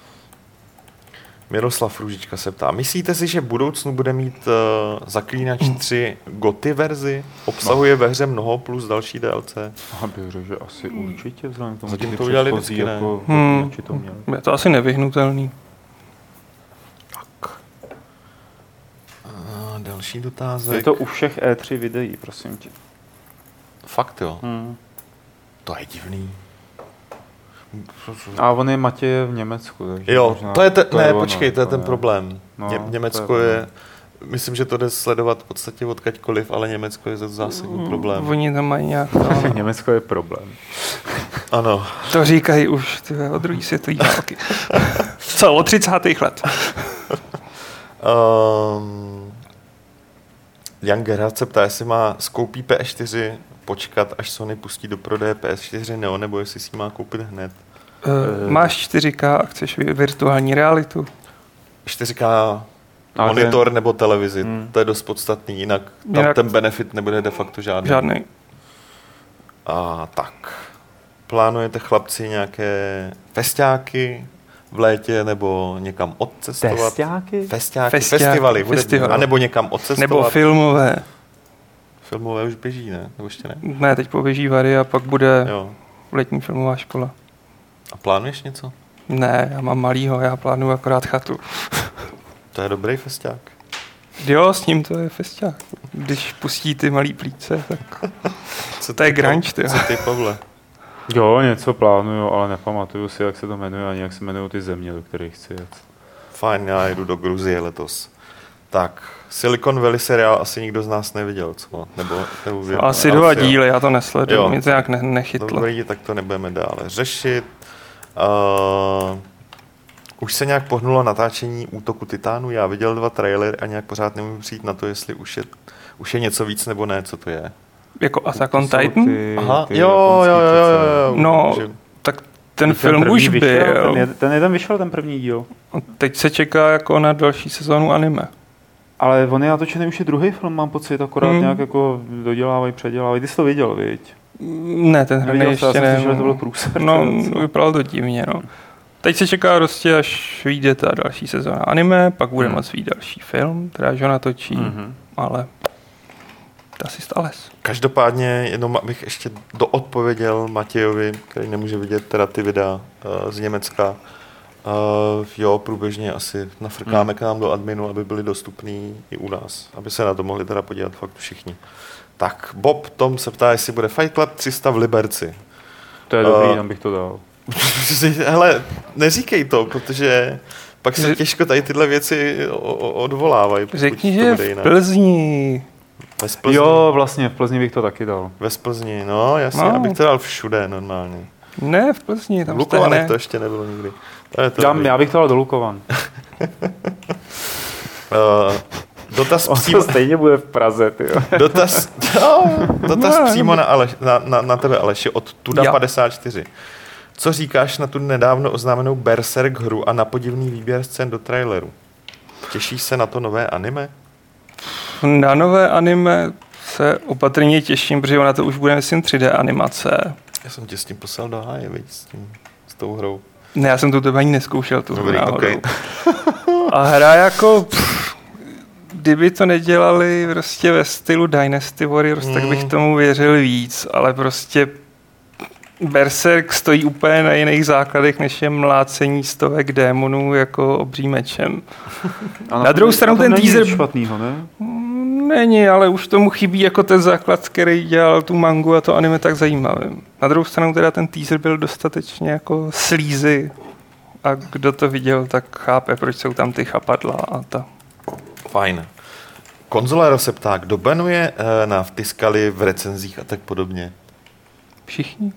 Miroslav Růžička se ptá, myslíte si, že v budoucnu bude mít uh, Zaklínač tři goty verzi? Obsahuje no. ve hře mnoho plus další D L C? A bych řekl, že asi určitě vzhledem k tomu, zatím to udělali vždycky, ne? Jako hmm. to měli. Je to asi nevyhnutelný. Tak. A další dotázek. Je to u všech E tři videí, prosím tě. Fakt jo? Hmm. To je divný. A on je Matěj v Německu. Takže jo, možná, to je te, to ne, je počkej, ono, to je to ten je. problém. No, Ně, Německo je, je, myslím, že to jde sledovat v podstatě odkaďkoliv, ale Německo je zásadní problém. Oni tam mají nějak... Německo je problém. Ano. To říkají už tyhle, od druhé světové války. Co, od třicátých let. um, Jan Gerhard se ptá, jestli má skoupí P S čtyři počkat, až Sony pustí do prodeje P S čtyři Neo, nebo jestli si ji má koupit hned. Uh, máš čtyři ká a chceš virtuální realitu? čtyři ká monitor nebo televizi, hmm. to je dost podstatný, jinak tam jinak ten benefit nebude de facto žádný. Žádný. A tak. Plánujete, chlapci, nějaké festiáky v létě nebo někam odcestovat? Festiáky? Festiáky, Festiáky festivaly. Festival. A nebo někam odcestovat? Nebo filmové. Filmové už běží, ne? Nebo ještě ne? Ne, teď poběží Vary a pak bude jo. letní filmová škola. A plánuješ něco? Ne, já mám malýho, já plánuju akorát chatu. To je dobrý festiák. Jo, s ním to je festiák. Když pustí ty malý plíce, tak co to je grunge, ty. Co ty, Pavle? Jo, něco plánuju, ale nepamatuju si, jak se to jmenuje, ani jak se jmenují ty země, do kterých chci jet. Fajn, já jdu do Gruzie letos. Tak, Silicon Valley seriál asi nikdo z nás neviděl, co? Nebo, nebo vím, asi dva díly, já to nesleduju, mě to nějak ne- nechytlo. Dobrý, tak to nebudeme dále řešit. Uh, už se nějak pohnulo natáčení Útoku Titánu, já viděl dva trailery a nějak pořád nemůžu přijít na to, jestli už je, už je něco víc nebo ne, co to je. Jako Attack on Titan? Ty, Aha, ty jo, jo, jo, jo, jo. No, že... tak ten, ten film už vyšel, byl. Ten, ten jeden vyšel, ten první díl. Teď se čeká jako na další sezónu anime. Ale on je natočený už je druhý film, mám pocit, akorát hmm. nějak jako dodělávají, předělávají. Ty jsi to viděl, viď? Ne, ten hraný ještě ne. Slyšel, že to byl průser. No, vypadalo to divně, no. Teď se čeká prostě, až vyjde ta další sezóna anime, pak bude hmm. moc vyjít další film, která že natočí, hmm. ale to asi stále. Každopádně jenom abych ještě doodpověděl Matějovi, který nemůže vidět teda ty videa uh, z Německa. Uh, jo, průběžně asi nafrkáme hmm. k nám do adminu, aby byly dostupný i u nás, aby se na to mohli teda podívat fakt všichni. Tak, Bob Tom se ptá, jestli bude Fight Club tři sta v Liberci. To je dobrý, uh, tam bych to dal. Hele, neříkej to, protože pak se těžko tady tyhle věci odvolávají. Řekni, že v Plzni. Ve Splzni. Jo, vlastně v Plzni bych to taky dal. Ve Splzni, no jasně, no. Abych to dal všude normálně. Ne, v Plzni. Tam v Lukovanech to ještě nebylo nikdy. To je to já, já bych to dal do Lukovan. uh, dotaz On přímo... to stejně bude v Praze, tyjo. Dotaz, no, dotaz no, přímo na, Aleš, na, na, na tebe, Aleši, od Tuda padesát čtyři. Co říkáš na tu nedávno oznámenou Berserk hru a na podivný výběr scén do traileru? Těšíš se na to nové anime? Na nové anime se opatrně těším, protože ona to už bude, myslím, tři dé animace. Já jsem tě s tím poslal do háje, viď, s, tím, s tou hrou. Ne, já jsem to tebe ani neskoušel, tu Dobrý, hru okay. A hra jako... Pff, kdyby to nedělali prostě ve stylu Dynasty Warriors, hmm. tak bych tomu věřil víc, ale prostě Berserk stojí úplně na jiných základech, než je mlácení stovek démonů jako obří mečem. A na, na druhou stranu ten teaser... špatnýho, ne? Není, ale už tomu chybí jako ten základ, který dělal tu mangu a to anime tak zajímavým. Na druhou stranu teda ten teaser byl dostatečně jako slízy a kdo to viděl, tak chápe, proč jsou tam ty chapadla a ta. Fajn. Konzolero se ptá, kdo banuje na vtiskali v recenzích a tak podobně? Všichni.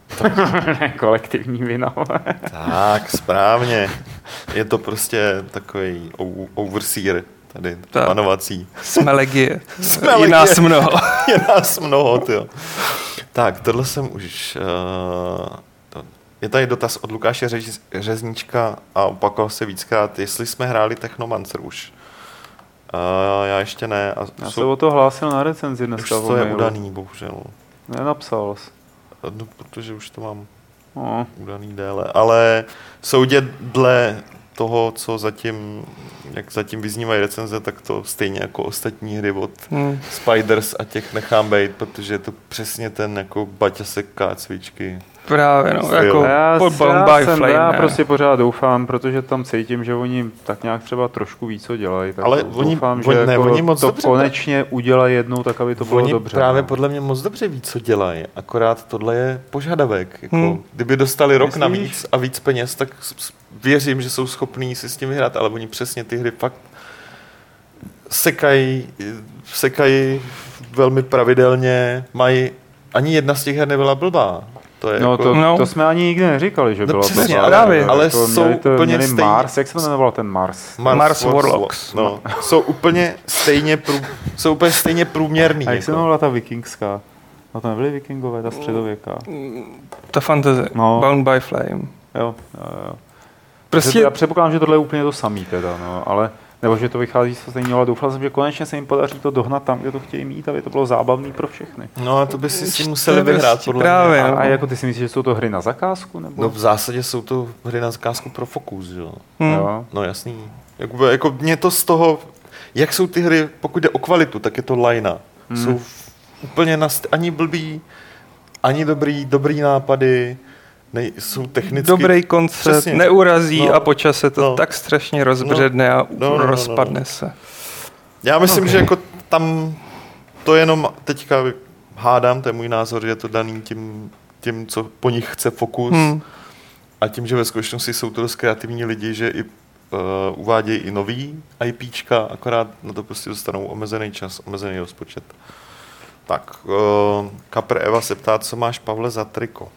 Kolektivní vina. Tak, správně. Je to prostě takový overseer tady, panovací. Jsme legie. Je nás mnoho. Je nás mnoho, tyjo. Tak, tohle jsem už... Uh, to, je tady dotaz od Lukáše Řez, Řezníčka a opakoval se víckrát, jestli jsme hráli Technomancer už. Uh, já ještě ne. A já jsou, se o to hlásil na recenzi dneska. Už to je udaný, bohužel. Nenapsal jsi. No, protože už to mám no. udaný déle. Ale soudě dle toho, co zatím, jak zatím vyznívají recenze, tak to stejně jako ostatní hry od hmm. Spiders a těch nechám bejt, protože je to přesně ten jako baťasek kácvičky. Právě, no, jako já, já, já, jsem, flame, já prostě pořád doufám, protože tam cítím, že oni tak nějak třeba trošku ví, co dělají. Tak ale doufám, oni, že ne, jako oni moc to dobře, konečně udělají jednou, tak aby to bylo oni dobře. právě no. podle mě moc dobře ví, co dělají, akorát tohle je požadavek. Jako, hmm. Kdyby dostali rok Myslíš? navíc a víc peněz, tak věřím, že jsou schopní si s tím vyhrát, ale oni přesně ty hry fakt sekají, sekají velmi pravidelně, mají, ani jedna z těch her nebyla blbá. To, je no, jako, to, no. to jsme ani nikdy neříkali, že no, bylo přesně, blbá. ale, ale jako jsou to, úplně stejně. Mars, jak se to jmenoval ten Mars? Mars, Mars Warlocks. Warlocks. No, jsou úplně stejně, prů, jsou úplně stejně průměrný. A jak jako. se jmenovala ta vikingská? No to nebyly vikingové, ta středověká. Ta fantasy, no. Bound by Flame. Jo, jo, jo. Prostě... Já předpokládám, že tohle je úplně to samý teda, no, ale nebo že to vychází z stejného, ale doufal jsem, že konečně se jim podaří to dohnat tam, kde to chtějí mít, aby to bylo zábavný pro všechny. No a to by si si museli vyhrát podle právě, mě. A, a jako ty si myslíš, že jsou to hry na zakázku? Nebo? No v zásadě jsou to hry na zakázku pro Focus, jo. Hmm. jo. No jasný. Jako, jako mě to z toho, jak jsou ty hry, pokud jde o kvalitu, tak je to lajna. Hmm. Jsou úplně na st- ani blbý, ani dobrý, dobrý nápady, nej, jsou technicky... Dobrý koncept, přesně. Neurazí no, a po čase to no, tak strašně rozbředne no, a no, no, rozpadne no, no. se. Já myslím, okay. že jako tam to jenom teďka hádám, to je můj názor, že je to daný tím, tím co po nich chce Focus hmm. a tím, že ve skutečnosti jsou to dost kreativní lidi, že i uh, uvádějí i nový IPčka, akorát na to prostě dostanou omezený čas, omezený rozpočet. Tak, uh, Kapr Eva se ptá, co máš, Pavle, za triko?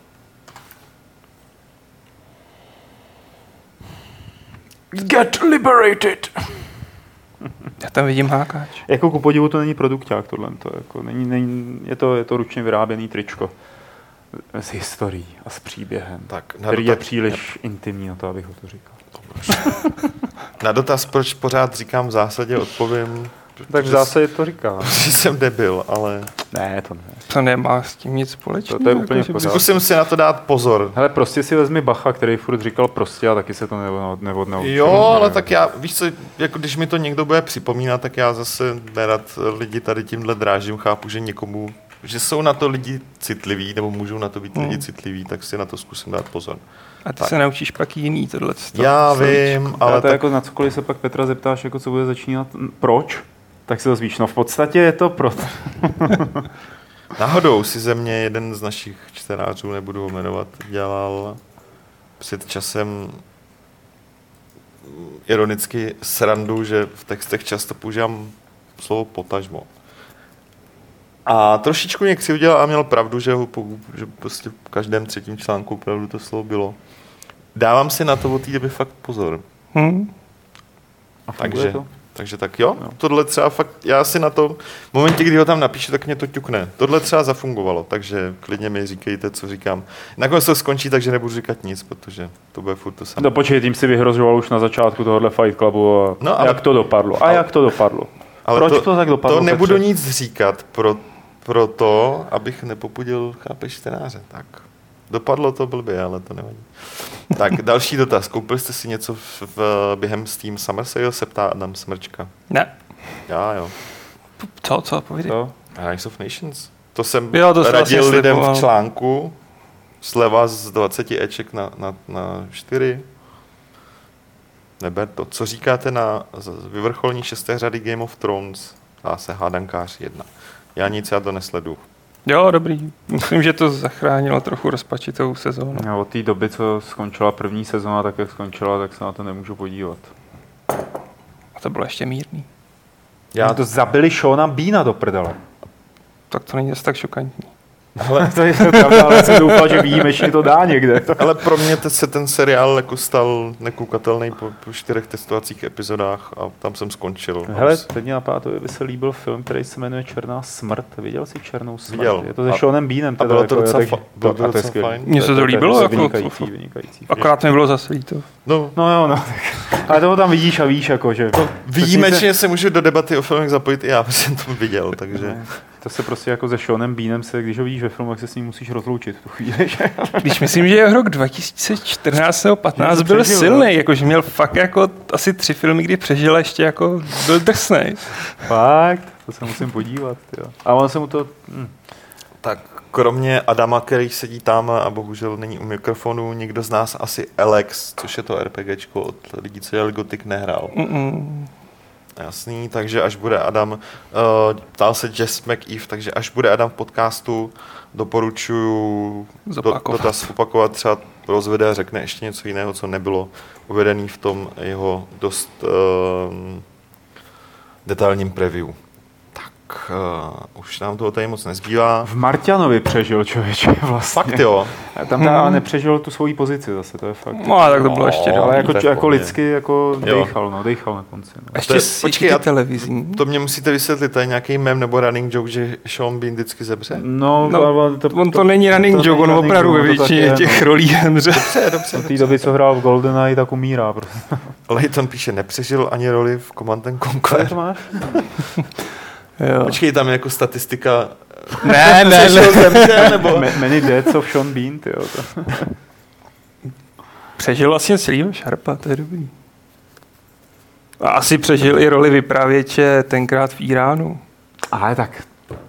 Get liberated! Já tam vidím hákáč. Jako ku podivu to není produkťák tohle. To jako není, není, je, to, je to ručně vyráběný tričko s historií a s příběhem, tak, který dotaz... je příliš je... intimní na to, abych ho to říkal. Na dotaz, proč pořád říkám v zásadě, odpovím. Tak v zásadě to říká. Že jsem debil, ale... Ne, to ne. To nemá s tím nic společného. To, to je úplně jako, zkusím si na to dát pozor. Hele, prostě si vezmi Bacha, který furt říkal prostě a taky se to neodnaučil. Jo, ale tak já, víš co, jako když mi to někdo bude připomínat, tak já zase nerad lidi tady tímhle drážím, chápu, že někomu, že jsou na to lidi citliví, nebo můžou na to být hmm. lidi citliví, tak si na to zkusím dát pozor. A ty tak. se naučíš pak jiný tohle. Já vím, ale to tak... jako na cokoliv se pak Petra zeptáš, jako co bude začínat, proč? Tak se to zvíš. No v podstatě je to proto. Náhodou si ze mě jeden z našich čtenářů, nebudu ho jmenovat, dělal před časem ironicky srandu, že v textech často používám slovo potažmo. A trošičku mě křivděl a měl pravdu, že, ho, že prostě v každém třetím článku opravdu to slovo bylo. Dávám si na to od té doby fakt pozor. Hmm. A takže, to? takže tak jo, no. Tohle třeba fakt, já si na to, v momentě, kdy ho tam napíšu, tak mě to ťukne. Tohle třeba zafungovalo, takže klidně mi říkejte, co říkám. Nakonec to skončí, takže nebudu říkat nic, protože to bude furt to samé. No počkej, tím si vyhrožoval už na začátku tohohle Fight Clubu a no, ale, jak to dopadlo. A ale, jak to dopadlo? Ale Proč to, to tak dopadlo? To nebudu Petře? nic říkat pro, pro to, abych nepopudil, chápeš, čtenáře. Tak. Dopadlo to blbě, ale to nevadí. Tak, další dotaz. Koupili jste si něco v, v, během Steam Summer Sale, se ptá Adam Smrčka. Ne. Já, jo. Co, co, povídej. Co? Rise of Nations. To jsem jo, to radil vlastně lidem sliboval. v článku. Sleva z dvacet eček na, na, na čtyři. Neber to. Co říkáte na vyvrcholní šesté řady Game of Thrones? Dá se hádankář jedna. Já nic, já to nesledu. Jo, dobrý. Myslím, že to zachránilo trochu rozpačitou sezónu. Já od té doby, co skončila první sezóna, tak jak skončila, tak se na to nemůžu podívat. A to bylo ještě mírný. Já to zabili Seana Beana do prdele. Tak to není zase tak šokantní. Ale to je pravda, ale jsem doufal, že výjimečně to dá někde. Ale pro mě se ten seriál jako stal nekoukatelný po, po čtyřech testovacích epizodách a tam jsem skončil. Hele, teď mě napadá, to by se líbil film, který se jmenuje Černá smrt. Viděl jsi Černou smrt? Viděl. Je to se Seanem Beanem. A bylo to jako, docela, tak, fa- bylo to docela fajn. Mně se to líbilo. Jako, vynikající, vynikající. Akorát mi bylo zase líto. No, no jo, no. Ale toho tam vidíš a víš, jako, že... No, výjimečně se můžu do debaty o filmech zapojit i já, protože jsem to viděl, takže... To se prostě jako se Seanem Beanem se, když ho vidíš ve filmu, tak se s ním musíš rozloučit v tu chvíli, že? Když myslím, že rok dva tisíce čtrnáct nebo patnáct byl přežil, silný, jakože měl fakt jako asi tři filmy, kdy přežil a ještě jako byl drsnej. Fakt? To se musím podívat, jo. A on se mu to... Hm. Tak kromě Adama, který sedí tam a bohužel není u mikrofonu, někdo z nás asi Alex, což je to RPGčko od lidí, co dělali Gothic, nehrál. Mm-mm. Jasný, takže až bude Adam, uh, ptal se Jess McEve, takže až bude Adam v podcastu, doporučuji do, dotaz opakovat, třeba rozvede a řekne ještě něco jiného, co nebylo uvedené v tom jeho dost uh, detailním preview. Tak, uh, už nám toho tady moc nezbývá. V Marťanovi přežil člověče vlastně. Fakt jo. Tam ta hmm. nepřežil tu svoji pozici zase, to je fakt. No, tak to bylo ještě ale jako, jako lidsky jako dejchal, no, dejchal na konci. No. Ještě je, počkej, televizní. To mě musíte vysvětlit, to je nějaký mem nebo running joke, že Sean Bean vždycky zemře? No, no to, on to, to není running to joke, on opravdu ve většině těch rolí zemře. Dobře, dobře. Od té doby, co hrál v GoldenEye, tak umírá prostě. Layton píše, nepřežil ani roli v Command and Conquer. To máš? Jo. Počkej, tam je jako statistika. Ne, ne, ne. Nebo... Many deaths of Sean Bean, tyjo. To. Přežil vlastně celýho Sharpa, to je dobrý. A asi přežil i roli vypravěče tenkrát v Iránu. Ale tak.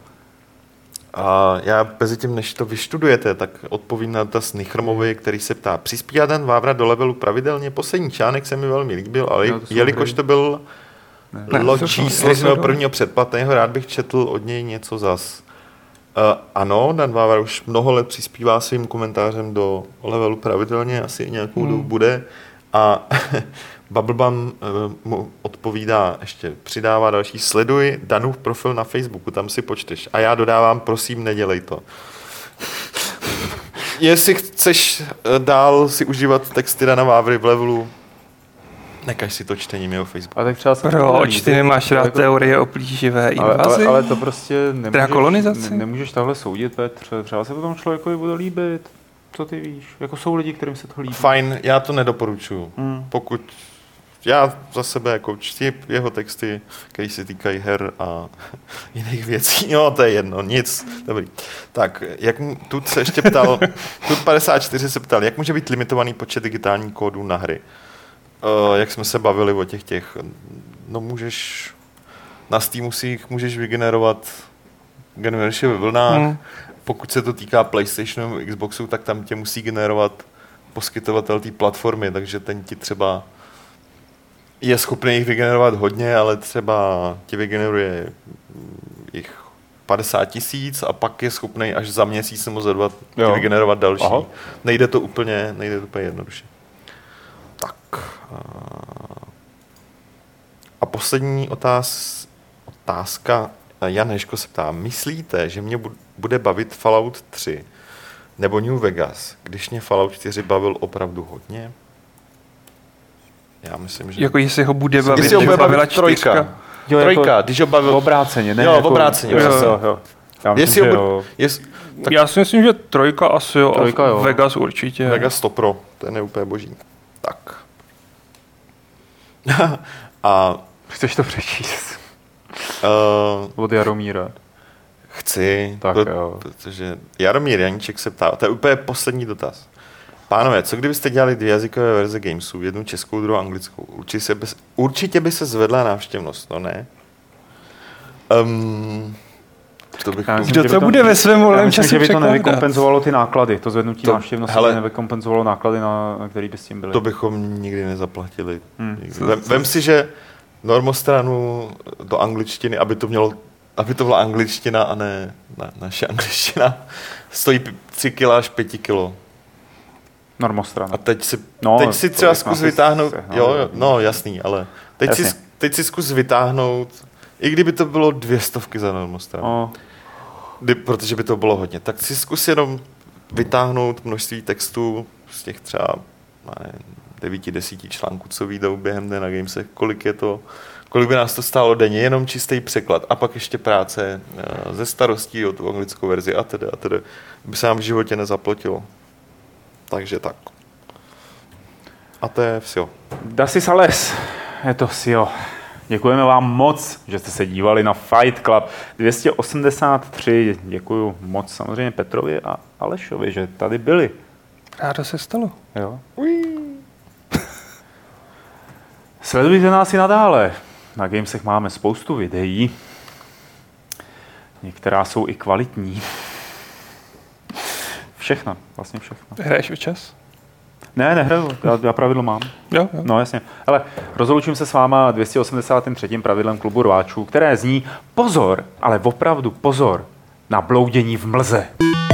A já mezi tím, než to vyštudujete, tak odpovím na dotaz Nichrmovi, který se ptá, přispívá Dan Vávra do levelu pravidelně? Poslední článek se mi velmi líbil, ale no, to jelikož to byl ne, loď číslo z mého prvního předplatného, rád bych četl od něj něco zas. Uh, ano, Dan Vávra už mnoho let přispívá svým komentářem do levelu pravidelně, asi nějakou hmm. dobu bude. A Bubblebum uh, mu odpovídá, ještě přidává další, sleduj Danův profil na Facebooku, tam si počteš. A já dodávám, prosím, nedělej to. Jestli chceš dál si užívat texty Dana Vávry v levelu, nekaž si to čtením jeho Facebooku. A tak třeba Proč ty nemáš rád jako... teorie o plíživé invazi? Ale, ale, ale to prostě nemůžeš, kolonizaci? Ne, nemůžeš takhle soudit, Petře. Třeba se potom člověkovi bude líbit. Co ty víš? Jako jsou lidi, kterým se to líbí. Fajn, já to nedoporučuju. Hmm. Pokud já za sebe jako čti jeho texty, které se týkají her a jiných věcí. Jo, to je jedno, nic. Dobrý. Tak, jak tu se ještě ptal, tu padesát čtyři se ptal, jak může být limitovaný počet digitálních kódů na hry? Uh, jak jsme se bavili o těch těch, no můžeš, na Steamu si jich můžeš vygenerovat, generuješ je ve vlnách. Hmm. Pokud se to týká PlayStationu, Xboxu, tak tam tě musí generovat poskytovatel té platformy, takže ten ti třeba je schopný jich vygenerovat hodně, ale třeba ti vygeneruje jich padesát tisíc a pak je schopný až za měsíc nebo za dva ti vygenerovat další. Aha. Nejde to úplně, nejde to úplně jednoduše. Tak. A poslední otáz, otázka Jan Heško se ptá, myslíte, že mě bude bavit Fallout tři nebo New Vegas, když mě Fallout čtyři bavil opravdu hodně? Já myslím, že... Jako jestli ho bude bavit, jestli ho bude bavit trojka. Jo, trojka, jako když ho bavil... Obráceně, ne? Jo, jako... obráceně. Jo, jo, jo. Já, myslím, jestli že ho jo. bude... Jest... Tak... Já si myslím, že trojka asi jo, trojka, jo. Vegas určitě. Vegas sto pro, to je úplně boží. Tak. A... Chceš to přečíst? Uh... Od Jaromíra. Chci, tak, pro, jo. protože Jaromír Janíček se ptá, to je úplně poslední dotaz. Pánové, co kdybyste dělali dvě jazykové verze Gamesů, jednu českou, druhou anglickou? Určitě by, určitě by se zvedla návštěvnost, no ne? Um, to bych myslím, Kdo to, to bude ve svém volném čase překládat? Že by to překládat? nevykompenzovalo ty náklady, to zvednutí to, návštěvnosti hele, nevykompenzovalo náklady, na, na který by s tím byly. To bychom nikdy nezaplatili. Hmm. Nikdy. Vem, vem si, že normostranu do angličtiny, aby to mělo aby to byla angličtina a ne na, naše angličtina, stojí tři kila až pět kilo. Normostrana. A teď si, no, teď si třeba zkus vytáhnout, se, jo, jo, no jasný, ale teď si, teď si zkus vytáhnout, i kdyby to bylo dvě stovky za normostranu, no. Kdy, protože by to bylo hodně, tak si zkus jenom vytáhnout množství textů z těch třeba ne, devíti, desíti článků, co vyjdou během dne na Gamesech, kolik je to, kolik by nás to stálo denně, jenom čistý překlad a pak ještě práce ze starostí o tu anglickou verzi a tedy a tedy, by se nám v životě nezaplatilo. Takže tak. A to je vsio. Dasi Sales, je to vsio. Děkujeme vám moc, že jste se dívali na Fight Club dvě stě osmdesát tři. Děkuju moc samozřejmě Petrovi a Alešovi, že tady byli. Rádo se stalo. Jo. Sledujte nás i nadále. Na Gamesech máme spoustu videí. Některá jsou i kvalitní. Všechno, vlastně všechno. Hraješ včas? Ne, nehraju, já, já pravidlo mám. Jo, jo. No jasně. Ale rozloučím se s váma dvě stě osmdesát tři pravidlem klubu rváčů, které zní pozor, ale opravdu pozor na bloudění v mlze.